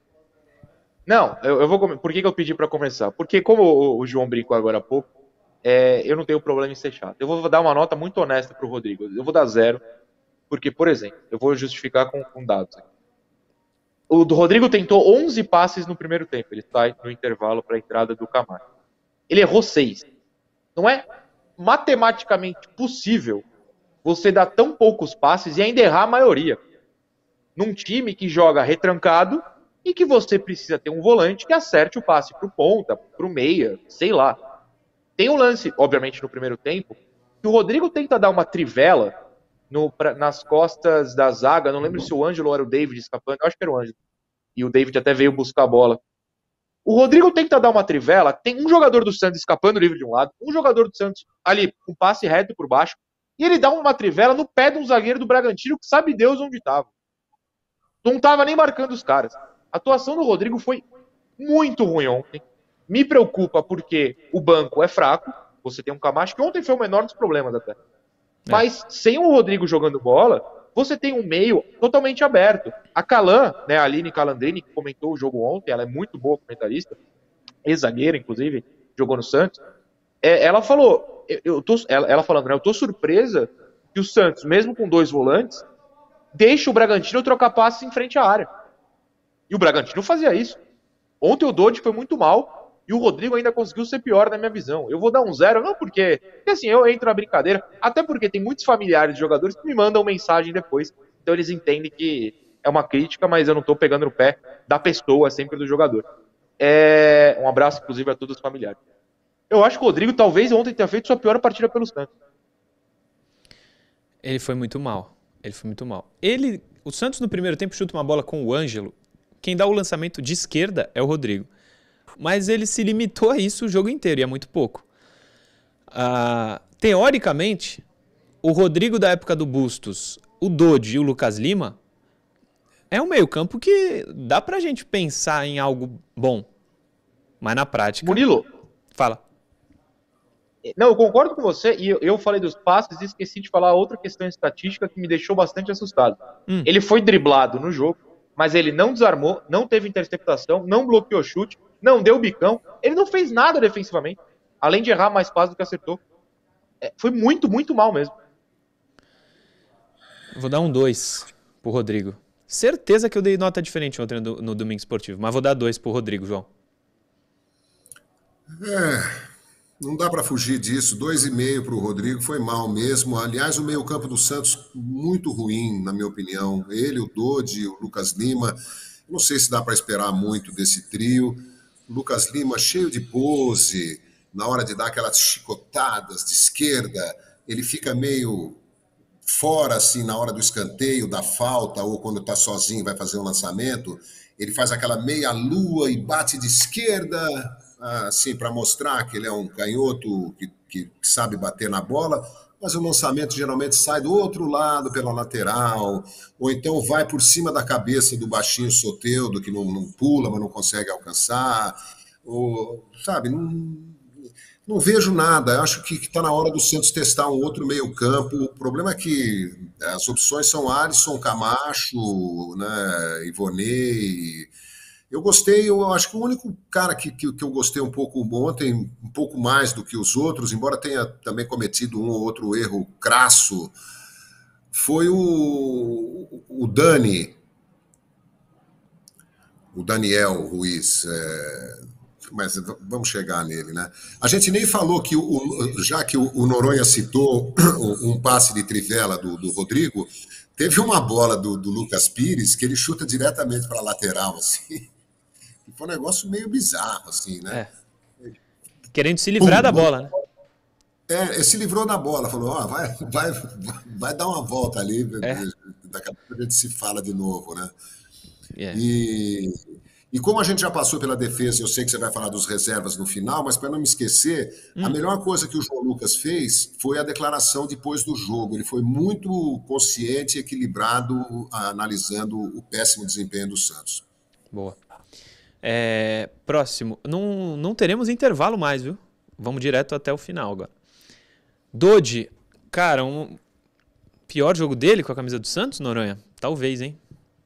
Não, eu vou. Por que eu pedi para começar? Porque, como o João brincou agora há pouco, eu não tenho problema em ser chato. Eu vou dar uma nota muito honesta pro Rodrigo. Eu vou dar 0, porque, por exemplo, eu vou justificar com dados aqui. O do Rodrigo tentou 11 passes no primeiro tempo. Ele sai no intervalo para a entrada do Camargo. Ele errou 6. Não é matematicamente possível você dar tão poucos passes e ainda errar a maioria. Num time que joga retrancado e que você precisa ter um volante que acerte o passe pro ponta, pro meia, sei lá. Tem um lance, obviamente, no primeiro tempo, que o Rodrigo tenta dar uma trivela nas costas da zaga. Não lembro se o Ângelo ou era o David escapando. Eu acho que era o Ângelo. E o David até veio buscar a bola. O Rodrigo tenta dar uma trivela. Tem um jogador do Santos escapando livre de um lado, um jogador do Santos ali com passe reto por baixo, e ele dá uma trivela no pé de um zagueiro do Bragantino que sabe Deus onde estava. Não estava nem marcando os caras. A atuação do Rodrigo foi muito ruim ontem. Me preocupa porque o banco é fraco. Você tem um Camacho que ontem foi o menor dos problemas até. Mas sem o Rodrigo jogando bola, você tem um meio totalmente aberto. A Calan, né, a Aline Calandrini, que comentou o jogo ontem, ela é muito boa comentarista, ex-zagueira, inclusive, jogou no Santos. ela falou, ela falando, né, eu tô surpresa que o Santos, mesmo com 2 volantes, deixa o Bragantino trocar passes em frente à área. E o Bragantino fazia isso. Ontem o Dodge foi muito mal e o Rodrigo ainda conseguiu ser pior na minha visão. Eu vou dar um 0, não porque assim, eu entro na brincadeira, até porque tem muitos familiares de jogadores que me mandam mensagem depois, então eles entendem que é uma crítica, mas eu não tô pegando no pé da pessoa, sempre do jogador. Um abraço, inclusive, a todos os familiares. Eu acho que o Rodrigo talvez ontem tenha feito sua pior partida pelo Santos. Ele foi muito mal. O Santos no primeiro tempo chuta uma bola com o Ângelo. Quem dá o lançamento de esquerda é o Rodrigo. Mas ele se limitou a isso o jogo inteiro, e é muito pouco. Teoricamente, o Rodrigo da época do Bustos, o Dodge e o Lucas Lima é um meio-campo que dá pra gente pensar em algo bom. Mas na prática... Murilo. Fala. Não, eu concordo com você, e eu falei dos passes e esqueci de falar outra questão estatística que me deixou bastante assustado. Ele foi driblado no jogo, mas ele não desarmou, não teve interceptação, não bloqueou chute, não deu bicão, ele não fez nada defensivamente, além de errar mais passes do que acertou. Foi muito, muito mal mesmo. Vou dar um 2 pro Rodrigo. Certeza que eu dei nota diferente ontem no Domingo Esportivo, mas vou dar 2 pro Rodrigo, João. Não dá para fugir disso. 2,5 para o Rodrigo, foi mal mesmo. Aliás, o meio-campo do Santos, muito ruim, na minha opinião. Ele, o Dodge, o Lucas Lima. Não sei se dá para esperar muito desse trio. O Lucas Lima, cheio de pose, na hora de dar aquelas chicotadas de esquerda, ele fica meio fora, assim, na hora do escanteio, da falta, ou quando está sozinho vai fazer um lançamento. Ele faz aquela meia-lua e bate de esquerda, assim, para mostrar que ele é um canhoto que sabe bater na bola, mas o lançamento geralmente sai do outro lado, pela lateral, ou então vai por cima da cabeça do baixinho Soteldo, que não pula, mas não consegue alcançar, ou, sabe, não vejo nada. Eu acho que está na hora do Santos testar um outro meio-campo. O problema é que as opções são Alisson, Camacho, né, Ivonei. Eu gostei, eu acho que o único cara que eu gostei um pouco ontem, um pouco mais do que os outros, embora tenha também cometido um ou outro erro crasso, foi o Dani, o Daniel Ruiz. Mas vamos chegar nele, né? A gente nem falou que, já que o Noronha citou um passe de trivela do Rodrigo, teve uma bola do Lucas Pires que ele chuta diretamente para a lateral, assim. Foi um negócio meio bizarro, assim, né? Querendo se livrar da bola, né? Ele se livrou da bola, falou, vai dar uma volta ali, daqui a pouco a gente se fala de novo, né? E como a gente já passou pela defesa, eu sei que você vai falar dos reservas no final, mas para não me esquecer, a melhor coisa que o João Lucas fez foi a declaração depois do jogo. Ele foi muito consciente e equilibrado, analisando o péssimo desempenho do Santos. Boa. Próximo. Não teremos intervalo mais, viu? Vamos direto até o final agora. Dodge, cara, pior jogo dele com a camisa do Santos, Noronha? Talvez, hein?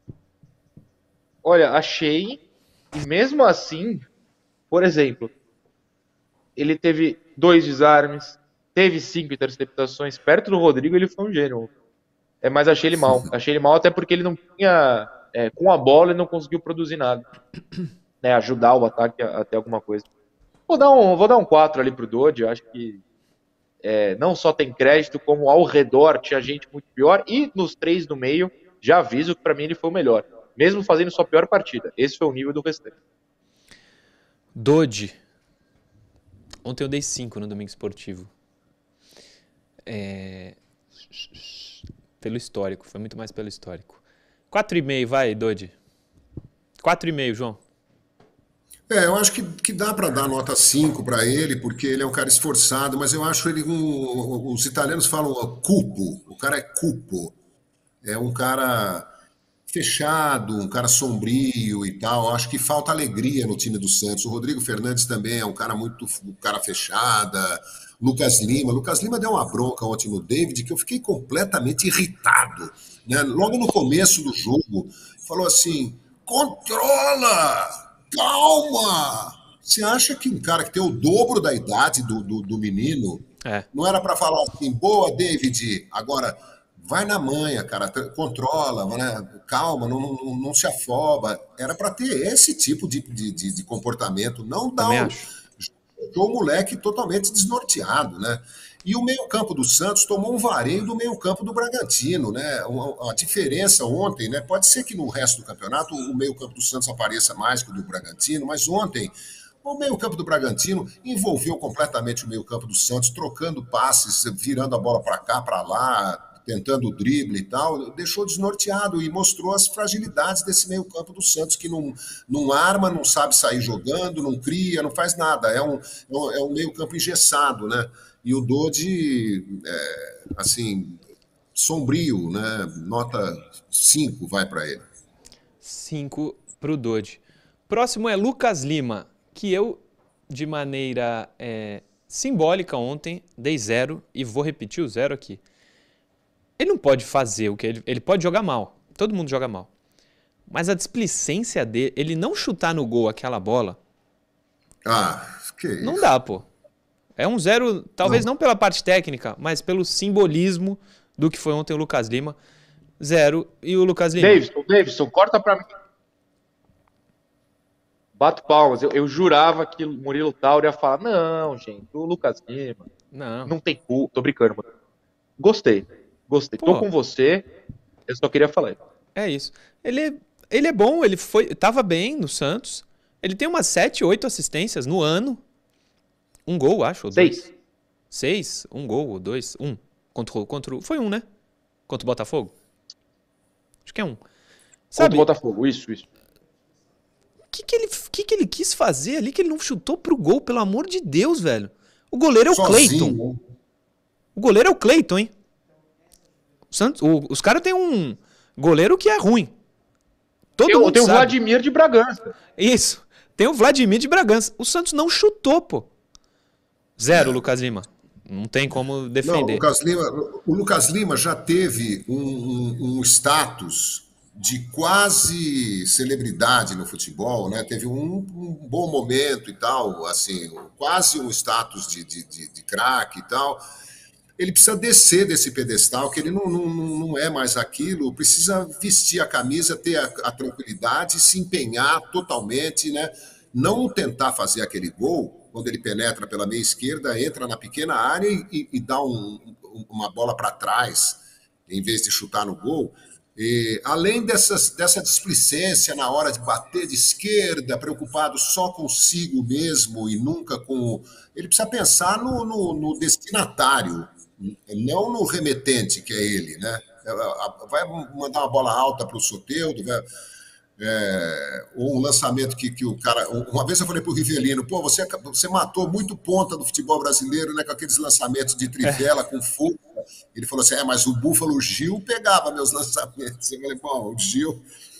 Olha, achei. E mesmo assim, por exemplo, ele teve 2 desarmes, teve 5 interceptações. Perto do Rodrigo, ele foi um gênio. Mas achei ele mal. Achei ele mal até porque ele não tinha... com a bola, ele não conseguiu produzir nada. Ajudar o ataque até alguma coisa. Vou dar um 4 ali pro Dodge. Eu acho que não só tem crédito, como ao redor tinha gente muito pior. E nos 3 do meio, já aviso que para mim ele foi o melhor. Mesmo fazendo sua pior partida. Esse foi o nível do restante. Dodge. Ontem eu dei 5 no Domingo Esportivo. Pelo histórico. Foi muito mais pelo histórico. 4,5, vai, Dodge. 4,5, João. Eu acho que dá para dar nota 5 para ele, porque ele é um cara esforçado, mas eu acho ele os italianos falam cupo. O cara é cupo. É um cara fechado, um cara sombrio e tal. Acho que falta alegria no time do Santos. O Rodrigo Fernandes também é um cara cara fechada. Lucas Lima deu uma bronca ontem no David que eu fiquei completamente irritado, né? Logo no começo do jogo, falou assim, controla, calma, Você acha que um cara que tem o dobro da idade do menino, não era para falar assim, boa, David, agora vai na manha, cara, controla, né? Calma, não se afoba. Era para ter esse tipo de comportamento, não dar o moleque totalmente desnorteado, né? E o meio-campo do Santos tomou um vareio do meio-campo do Bragantino, né? A diferença ontem, né? Pode ser que no resto do campeonato o meio-campo do Santos apareça mais que o do Bragantino, mas ontem o meio-campo do Bragantino envolveu completamente o meio-campo do Santos, trocando passes, virando a bola para cá, para lá, tentando o drible e tal, deixou desnorteado e mostrou as fragilidades desse meio-campo do Santos, que não arma, não sabe sair jogando, não cria, não faz nada. É um meio-campo engessado, né? E o Dodi, assim, sombrio, né? Nota 5 vai para ele. 5 para o Dodi. Próximo é Lucas Lima, que eu, de maneira simbólica ontem, dei 0 e vou repetir o 0 aqui. Ele não pode fazer o que ele pode jogar mal. Todo mundo joga mal. Mas a displicência dele, ele não chutar no gol aquela bola. Que isso. Não dá, pô. É um 0, talvez não pela parte técnica, mas pelo simbolismo do que foi ontem o Lucas Lima. 0 e o Lucas Lima. Davidson, corta pra mim. Bato palmas. Eu jurava que o Murilo Tauro ia falar, não, gente, o Lucas Lima não tem culpa. Tô brincando, mano. Gostei. Pô. Tô com você. Eu só queria falar. É isso. Ele é bom, tava bem no Santos. Ele tem umas 7, 8 assistências no ano. Um gol, acho. 6. 6, um gol, ou 2. Foi um, né? Contra o Botafogo? Acho que é um. Contra o Botafogo, isso. O que ele quis fazer ali que ele não chutou pro gol, pelo amor de Deus, velho? O goleiro é o Cleiton. O goleiro é o Cleiton, hein? Os caras têm um goleiro que é ruim. Tem o Vladimir de Bragança. Isso. Tem o Vladimir de Bragança. O Santos não chutou, pô. 0, Lucas Lima. Não tem como defender. Não, o Lucas Lima já teve um status de quase celebridade no futebol, né? Teve um bom momento e tal, assim, quase um status de craque e tal. Ele precisa descer desse pedestal, que ele não é mais aquilo, precisa vestir a camisa, ter a tranquilidade, se empenhar totalmente, né? Não tentar fazer aquele gol, quando ele penetra pela meia esquerda, entra na pequena área e dá uma bola para trás, em vez de chutar no gol. E, além dessa displicência na hora de bater de esquerda, preocupado só consigo mesmo e nunca com... Ele precisa pensar no destinatário, não no remetente, que é ele, né? Vai mandar uma bola alta para o Soteldo, ou um lançamento que o cara... Uma vez eu falei para o Rivelino, pô, você matou muito ponta do futebol brasileiro, né, com aqueles lançamentos de trivela, com força. Ele falou assim, mas o Búfalo Gil pegava meus lançamentos. Eu falei, bom, o Gil...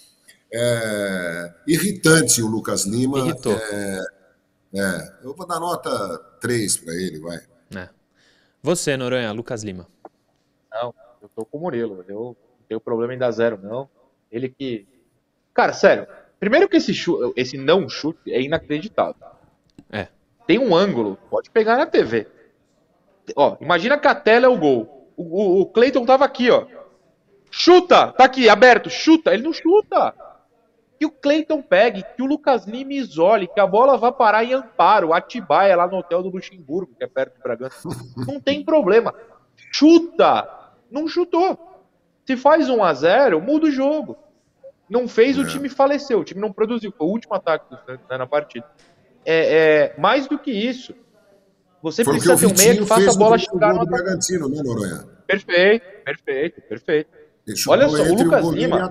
irritante o Lucas Lima. Irritou. Eu vou dar nota 3 para ele, vai. Você, Noronha, Lucas Lima. Não, eu tô com o Murilo. Eu não tenho problema em dar 0, não. Ele que... Cara, sério. Primeiro que esse não chute é inacreditável. Tem um ângulo, pode pegar na TV. Ó, imagina que a tela é o gol. O Cleiton tava aqui, ó. Chuta! Tá aqui, aberto, chuta. Ele não chuta. Que o Cleiton pegue, que o Lucas Lima isole, que a bola vá parar em Amparo, Atibaia, lá no hotel do Luxemburgo, que é perto de Bragança. Não tem problema. Chuta! Não chutou. Se faz 1-0, muda o jogo. Não fez, o time faleceu. O time não produziu. Foi o último ataque do Santos, né, na partida. Mais do que isso. Você precisa ter um meia que faça a bola chegar no Bragantino, né, Noronha? Perfeito. Olha só, o Lucas Lima...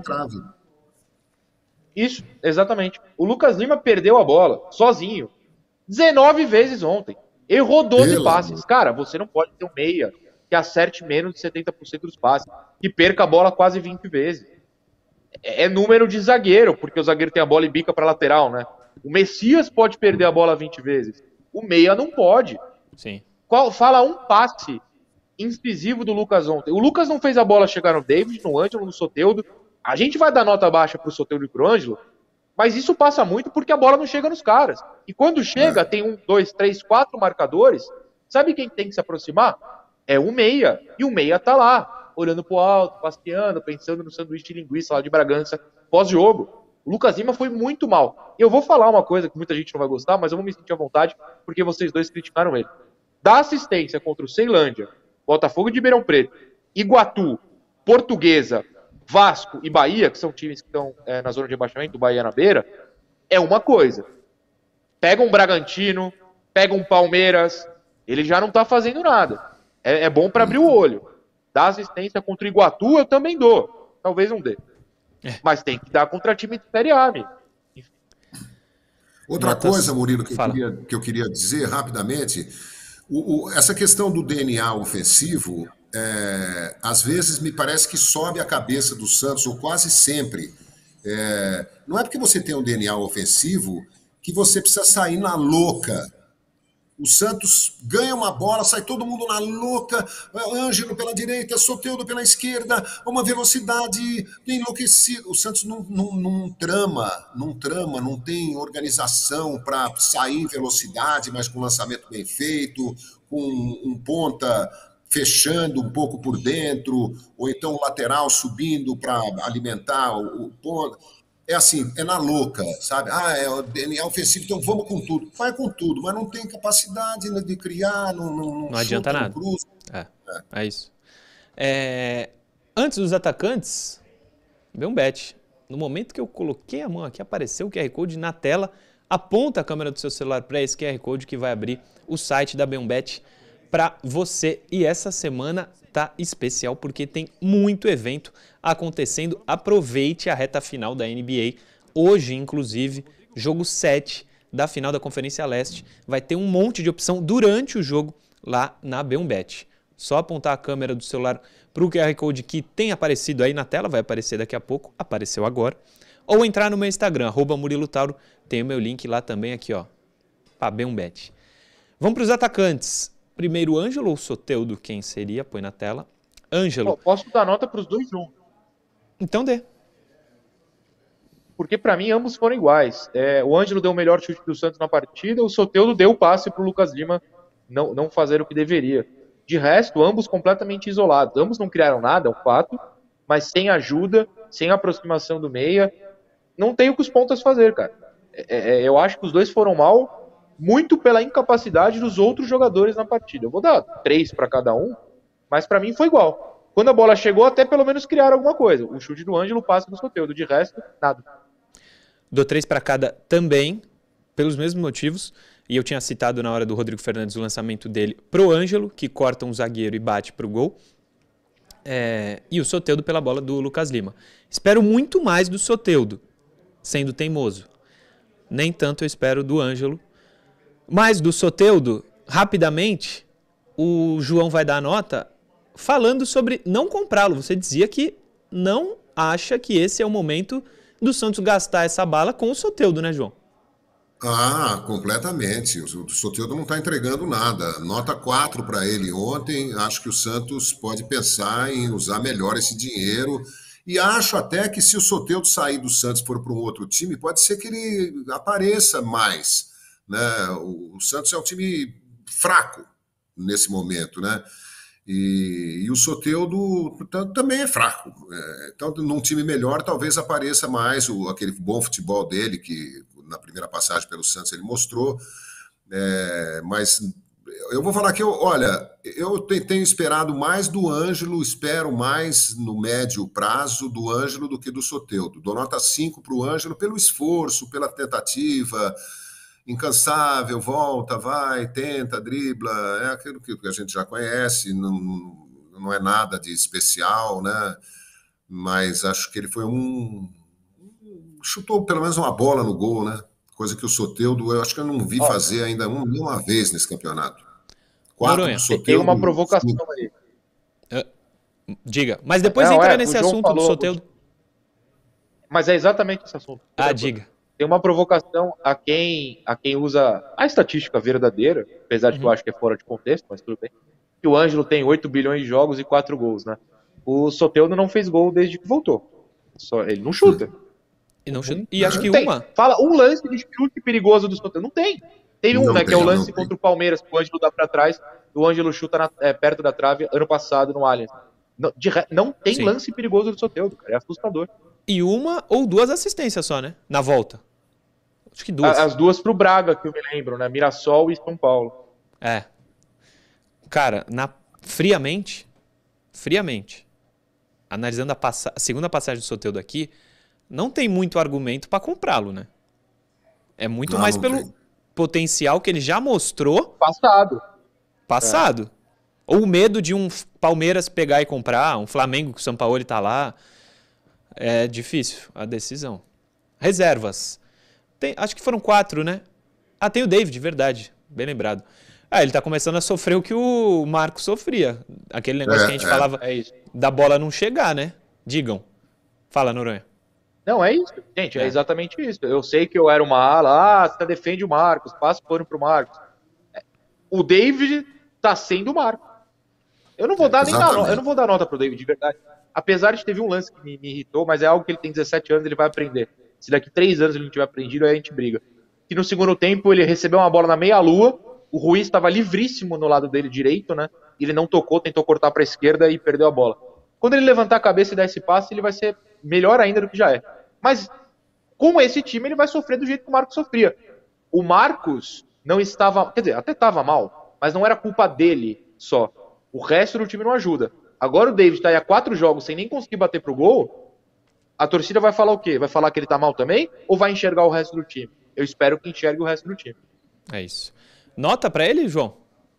Isso, exatamente. O Lucas Lima perdeu a bola, sozinho, 19 vezes ontem. Errou 12 passes. Cara, você não pode ter um meia que acerte menos de 70% dos passes, que perca a bola quase 20 vezes. É número de zagueiro, porque o zagueiro tem a bola e bica para lateral, né? O Messias pode perder a bola 20 vezes. O meia não pode. Sim. Fala um passe incisivo do Lucas ontem. O Lucas não fez a bola chegar no David, no Ângelo, no Soteldo. A gente vai dar nota baixa pro Soteldo e pro Ângelo Mas isso passa muito porque a bola não chega nos caras. E quando chega, tem 1, 2, 3, 4 marcadores. Sabe quem tem que se aproximar? É o meia. E o meia tá lá, olhando pro alto, passeando, pensando no sanduíche de linguiça lá de Bragança, pós-jogo. O Lucas Lima foi muito mal. E eu vou falar uma coisa que muita gente não vai gostar, mas eu vou me sentir à vontade, porque vocês dois criticaram ele. Da assistência contra o Ceilândia, Botafogo de Ribeirão Preto, Iguatu, Portuguesa, Vasco e Bahia, que são times que estão na zona de rebaixamento, o Bahia na beira, é uma coisa. Pega um Bragantino, pega um Palmeiras, ele já não tá fazendo nada. É bom para abrir o olho. Dá assistência contra o Iguatu, eu também dou. Talvez não dê. Mas tem que dar contra time de Série A, amigo. Outra coisa, Murilo, que eu queria dizer rapidamente, essa questão do DNA ofensivo, às vezes me parece que sobe a cabeça do Santos, ou quase sempre. Não é porque você tem um DNA ofensivo que você precisa sair na louca. O Santos ganha uma bola, sai todo mundo na louca, Ângelo pela direita, Soteldo pela esquerda, uma velocidade enlouquecida. O Santos não trama, não tem organização para sair em velocidade, mas com lançamento bem feito, com um ponta fechando um pouco por dentro, ou então o lateral subindo para alimentar o ponta. É assim, é na louca, sabe? É o DNA ofensivo, então vamos com tudo. Vai com tudo, mas não tem capacidade de criar, não adianta chuta, nada. Não cruza. É isso. Antes dos atacantes, BetOnBet. No momento que eu coloquei a mão aqui, apareceu o QR Code na tela. Aponta a câmera do seu celular para esse QR Code que vai abrir o site da BetOnBet para você. E essa semana tá especial porque tem muito evento acontecendo. Aproveite a reta final da NBA. Hoje, inclusive, jogo 7 da final da Conferência Leste. Vai ter um monte de opção durante o jogo lá na BetOnBet. Só apontar a câmera do celular para o QR Code que tem aparecido aí na tela, vai aparecer daqui a pouco, apareceu agora. Ou entrar no meu Instagram, @MuriloTauro, tem o meu link lá também aqui, ó, para BetOnBet. Vamos para os atacantes. Primeiro, Ângelo ou Soteldo, quem seria? Põe na tela. Ângelo. Posso dar nota para os dois juntos. Então dê. Porque para mim ambos foram iguais. O Ângelo deu o melhor chute do Santos na partida, o Soteldo deu o passe para o Lucas Lima não fazer o que deveria. De resto, ambos completamente isolados. Ambos não criaram nada, é um fato, mas sem ajuda, sem aproximação do meia, não tem o que os pontas fazer, cara. Eu acho que os dois foram mal, muito pela incapacidade dos outros jogadores na partida. Eu vou dar 3 para cada um, mas para mim foi igual. Quando a bola chegou, até pelo menos criaram alguma coisa. O chute do Ângelo, o passe do Soteldo. De resto, nada. Dou 3 para cada também, pelos mesmos motivos. E eu tinha citado na hora do Rodrigo Fernandes o lançamento dele pro Ângelo, que corta um zagueiro e bate pro gol. E o Soteldo pela bola do Lucas Lima. Espero muito mais do Soteldo, sendo teimoso. Nem tanto eu espero do Ângelo. Mas do Soteldo, rapidamente, o João vai dar a nota falando sobre não comprá-lo. Você dizia que não acha que esse é o momento do Santos gastar essa bala com o Soteldo, né, João? Completamente. O Soteldo não está entregando nada. Nota 4 para ele ontem. Acho que o Santos pode pensar em usar melhor esse dinheiro. E acho até que se o Soteldo sair do Santos e for para um outro time, pode ser que ele apareça mais. Né? O Santos é um time fraco nesse momento, né? E o Soteldo também é fraco. Então, num time melhor, talvez apareça mais aquele bom futebol dele, que na primeira passagem pelo Santos ele mostrou. Mas eu vou falar que eu tenho esperado mais do Ângelo, espero mais no médio prazo do Ângelo do que do Soteldo. Dou nota 5 para o Ângelo pelo esforço, pela tentativa, incansável, volta, vai, tenta, dribla, é aquilo que a gente já conhece, não é nada de especial, né? Mas acho que ele foi chutou pelo menos uma bola no gol, né? Coisa que o Soteldo, eu acho que eu não vi fazer ainda nenhuma vez nesse campeonato. 4 do Soteldo. Tem uma provocação aí. Diga, mas depois entra nesse assunto do Soteldo. Mas é exatamente esse assunto. Diga. Tem uma provocação a quem usa a estatística verdadeira, apesar de que eu acho que é fora de contexto, mas tudo bem, que o Ângelo tem 8 bilhões de jogos e 4 gols, né? O Soteldo não fez gol desde que voltou. Ele não chuta. E acho que tem. uma... Fala um lance de chute perigoso do Soteldo. Não tem. Teve um, né, que é o lance contra o Palmeiras, que o Ângelo dá pra trás, o Ângelo chuta perto da trave ano passado no Allianz. Não tem lance perigoso do Soteldo, cara. É assustador. E uma ou duas assistências só, né? Na volta. Acho que duas. As duas pro Braga, que eu me lembro, né? Mirassol e São Paulo. É. Cara, friamente, analisando a segunda passagem do Soteldo aqui, não tem muito argumento pra comprá-lo, né? É muito mais pelo potencial que ele já mostrou. Passado. Ou o medo de um Palmeiras pegar e comprar, um Flamengo que o Sampaoli tá lá. É difícil a decisão. Reservas. Acho que foram 4, né? Tem o David, verdade. Bem lembrado. Ele tá começando a sofrer o que o Marcos sofria. Aquele negócio que a gente falava da bola não chegar, né? Digam. Fala, Noronha. Não, é isso. Gente, é exatamente isso. Eu sei que eu era uma ala, você defende o Marcos, passa o pano pro Marcos. O David tá sendo o Marcos. Eu não vou dar eu não vou dar nota pro David, de verdade. Apesar de ter um lance que me irritou, mas é algo que ele tem 17 anos, ele vai aprender. Se daqui 3 anos ele não tiver aprendido, aí a gente briga. E no segundo tempo ele recebeu uma bola na meia-lua, o Ruiz estava livríssimo no lado dele direito, né? Ele não tocou, tentou cortar para a esquerda e perdeu a bola. Quando ele levantar a cabeça e dar esse passe, ele vai ser melhor ainda do que já é. Mas com esse time ele vai sofrer do jeito que o Marcos sofria. O Marcos não estava, quer dizer, até estava mal, mas não era culpa dele só. O resto do time não ajuda. Agora o David tá aí há 4 jogos sem nem conseguir bater pro gol. A torcida vai falar o quê? Vai falar que ele tá mal também? Ou vai enxergar o resto do time? Eu espero que enxergue o resto do time. É isso. Nota pra ele, João?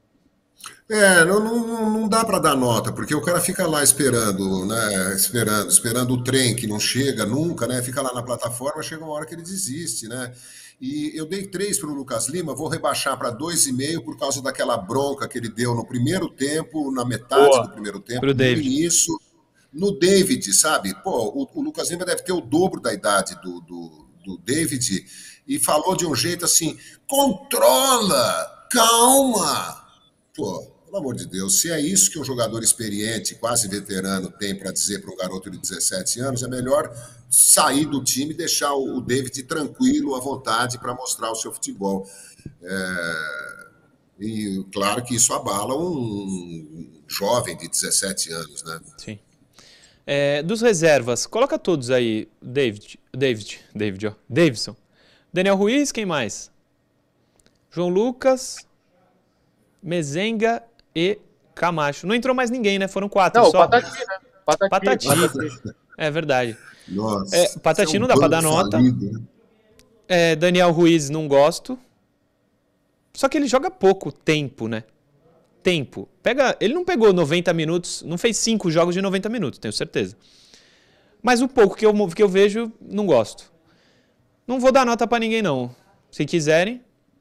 Não dá para dar nota, porque o cara fica lá esperando, né? Esperando o trem que não chega nunca, né? Fica lá na plataforma, chega uma hora que ele desiste, né? E eu dei 3 para o Lucas Lima, vou rebaixar para 2,5 por causa daquela bronca que ele deu no primeiro tempo, na metade do primeiro tempo, no início, no David, sabe? Pô, o Lucas Lima deve ter o dobro da idade do David e falou de um jeito assim, controla, calma. Pô, pelo amor de Deus, se é isso que um jogador experiente, quase veterano, tem para dizer para um garoto de 17 anos, é melhor sair do time e deixar o David tranquilo, à vontade, para mostrar o seu futebol. E claro que isso abala um jovem de 17 anos, né? Sim. Dos reservas, coloca todos aí, Davidson. Daniel Ruiz, quem mais? João Lucas, Mezenga e Camacho. Não entrou mais ninguém, né? Foram 4 não, só. Patati, né? Patati. É verdade. Nossa, Patati não dá pra dar nota. Daniel Ruiz não gosto. Só que ele joga pouco tempo, né? Ele não pegou 90 minutos, não fez 5 jogos de 90 minutos, tenho certeza. Mas o pouco que eu vejo, não gosto. Não vou dar nota pra ninguém, não. Se quiserem.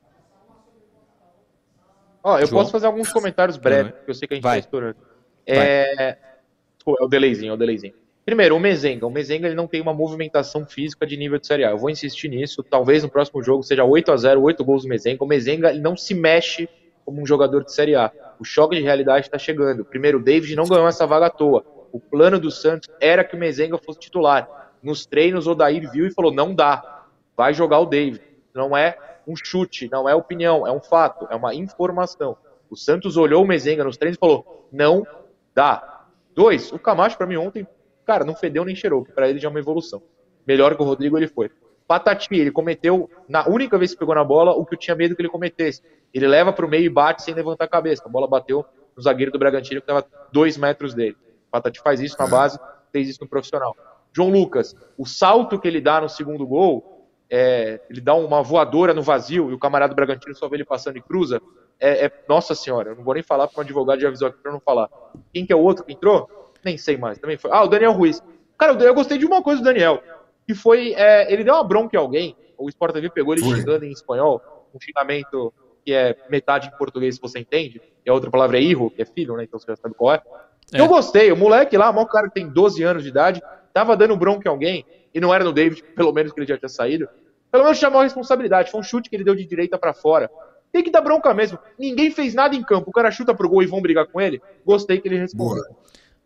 Eu posso fazer alguns comentários breves, porque eu sei que a gente está estourando. É o delayzinho. Primeiro, o Mezenga. O Mezenga ele não tem uma movimentação física de nível de Série A. Eu vou insistir nisso. Talvez no próximo jogo seja 8-0, 8 gols do Mezenga. O Mezenga ele não se mexe como um jogador de Série A. O choque de realidade está chegando. Primeiro, o David não ganhou essa vaga à toa. O plano do Santos era que o Mezenga fosse titular. Nos treinos, o Odair viu e falou, não dá. Vai jogar o David. Não é um chute, não é opinião, é um fato, é uma informação. O Santos olhou o Mezenga nos treinos e falou, não dá. 2, o Camacho pra mim ontem, cara, não fedeu nem cheirou, que pra ele já é uma evolução. Melhor que o Rodrigo ele foi. Patati, ele cometeu, na única vez que pegou na bola, o que eu tinha medo que ele cometesse. Ele leva pro meio e bate sem levantar a cabeça. A bola bateu no zagueiro do Bragantino, que tava 2 metros dele. Patati faz isso na base, fez isso no profissional. João Lucas, o salto que ele dá no segundo gol, ele dá uma voadora no vazio e o camarada do Bragantino só vê ele passando e cruza, nossa senhora, eu não vou nem falar porque um advogado já avisou aqui pra não falar. Quem que é o outro que entrou? Nem sei mais, também foi. O Daniel Ruiz. Cara, eu gostei de uma coisa do Daniel, que foi, ele deu uma bronca em alguém, o Sport TV pegou ele xingando em espanhol, um xingamento que é metade em português, se você entende, e a outra palavra é hijo, que é filho, né, então você já sabe qual é. Eu gostei, o moleque lá, o maior cara que tem 12 anos de idade, tava dando bronca em alguém, e não era no David, pelo menos que ele já tinha saído, pelo menos chamou a responsabilidade. Foi um chute que ele deu de direita pra fora. Tem que dar bronca mesmo. Ninguém fez nada em campo. O cara chuta pro gol e vão brigar com ele. Gostei que ele respondeu.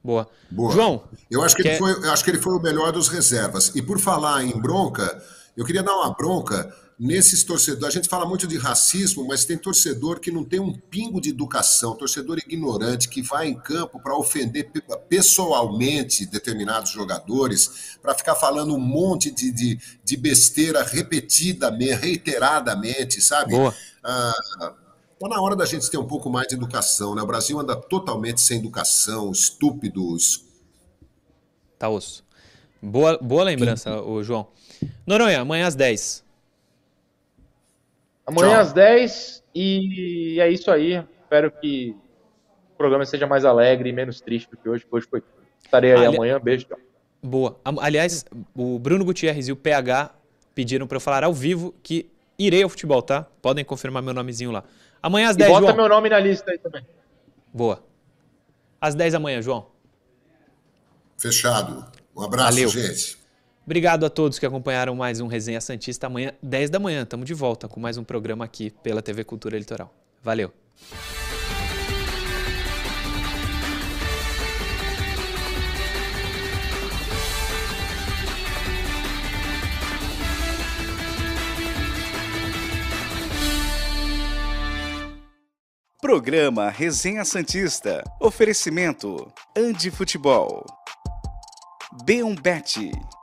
Boa. Boa. João, eu acho que ele foi o melhor dos reservas. E por falar em bronca, eu queria dar uma bronca nesses torcedores. A gente fala muito de racismo, mas tem torcedor que não tem um pingo de educação, torcedor ignorante que vai em campo para ofender pessoalmente determinados jogadores, para ficar falando um monte de besteira reiteradamente, sabe? boa. Tá na hora da gente ter um pouco mais de educação, né? O Brasil anda totalmente sem educação, estúpidos. Tá osso. Boa lembrança, o João. Noronha, amanhã às 10. Amanhã Tchau. às 10 e é isso aí. Espero que o programa seja mais alegre e menos triste do que hoje. Hoje foi. Estarei aí amanhã. Beijo, tchau. Boa. Aliás, o Bruno Gutierrez e o PH pediram para eu falar ao vivo que irei ao futebol, tá? Podem confirmar meu nomezinho lá. Amanhã às 10, bota João. meu nome na lista aí também. Boa. Às 10 amanhã, João. Fechado. Um abraço, Valeu. gente. Obrigado a todos que acompanharam mais um Resenha Santista. Amanhã, 10 da manhã, estamos de volta com mais um programa aqui pela TV Cultura Litoral. Valeu. Programa Resenha Santista. Oferecimento Andi Futebol. B1Bet.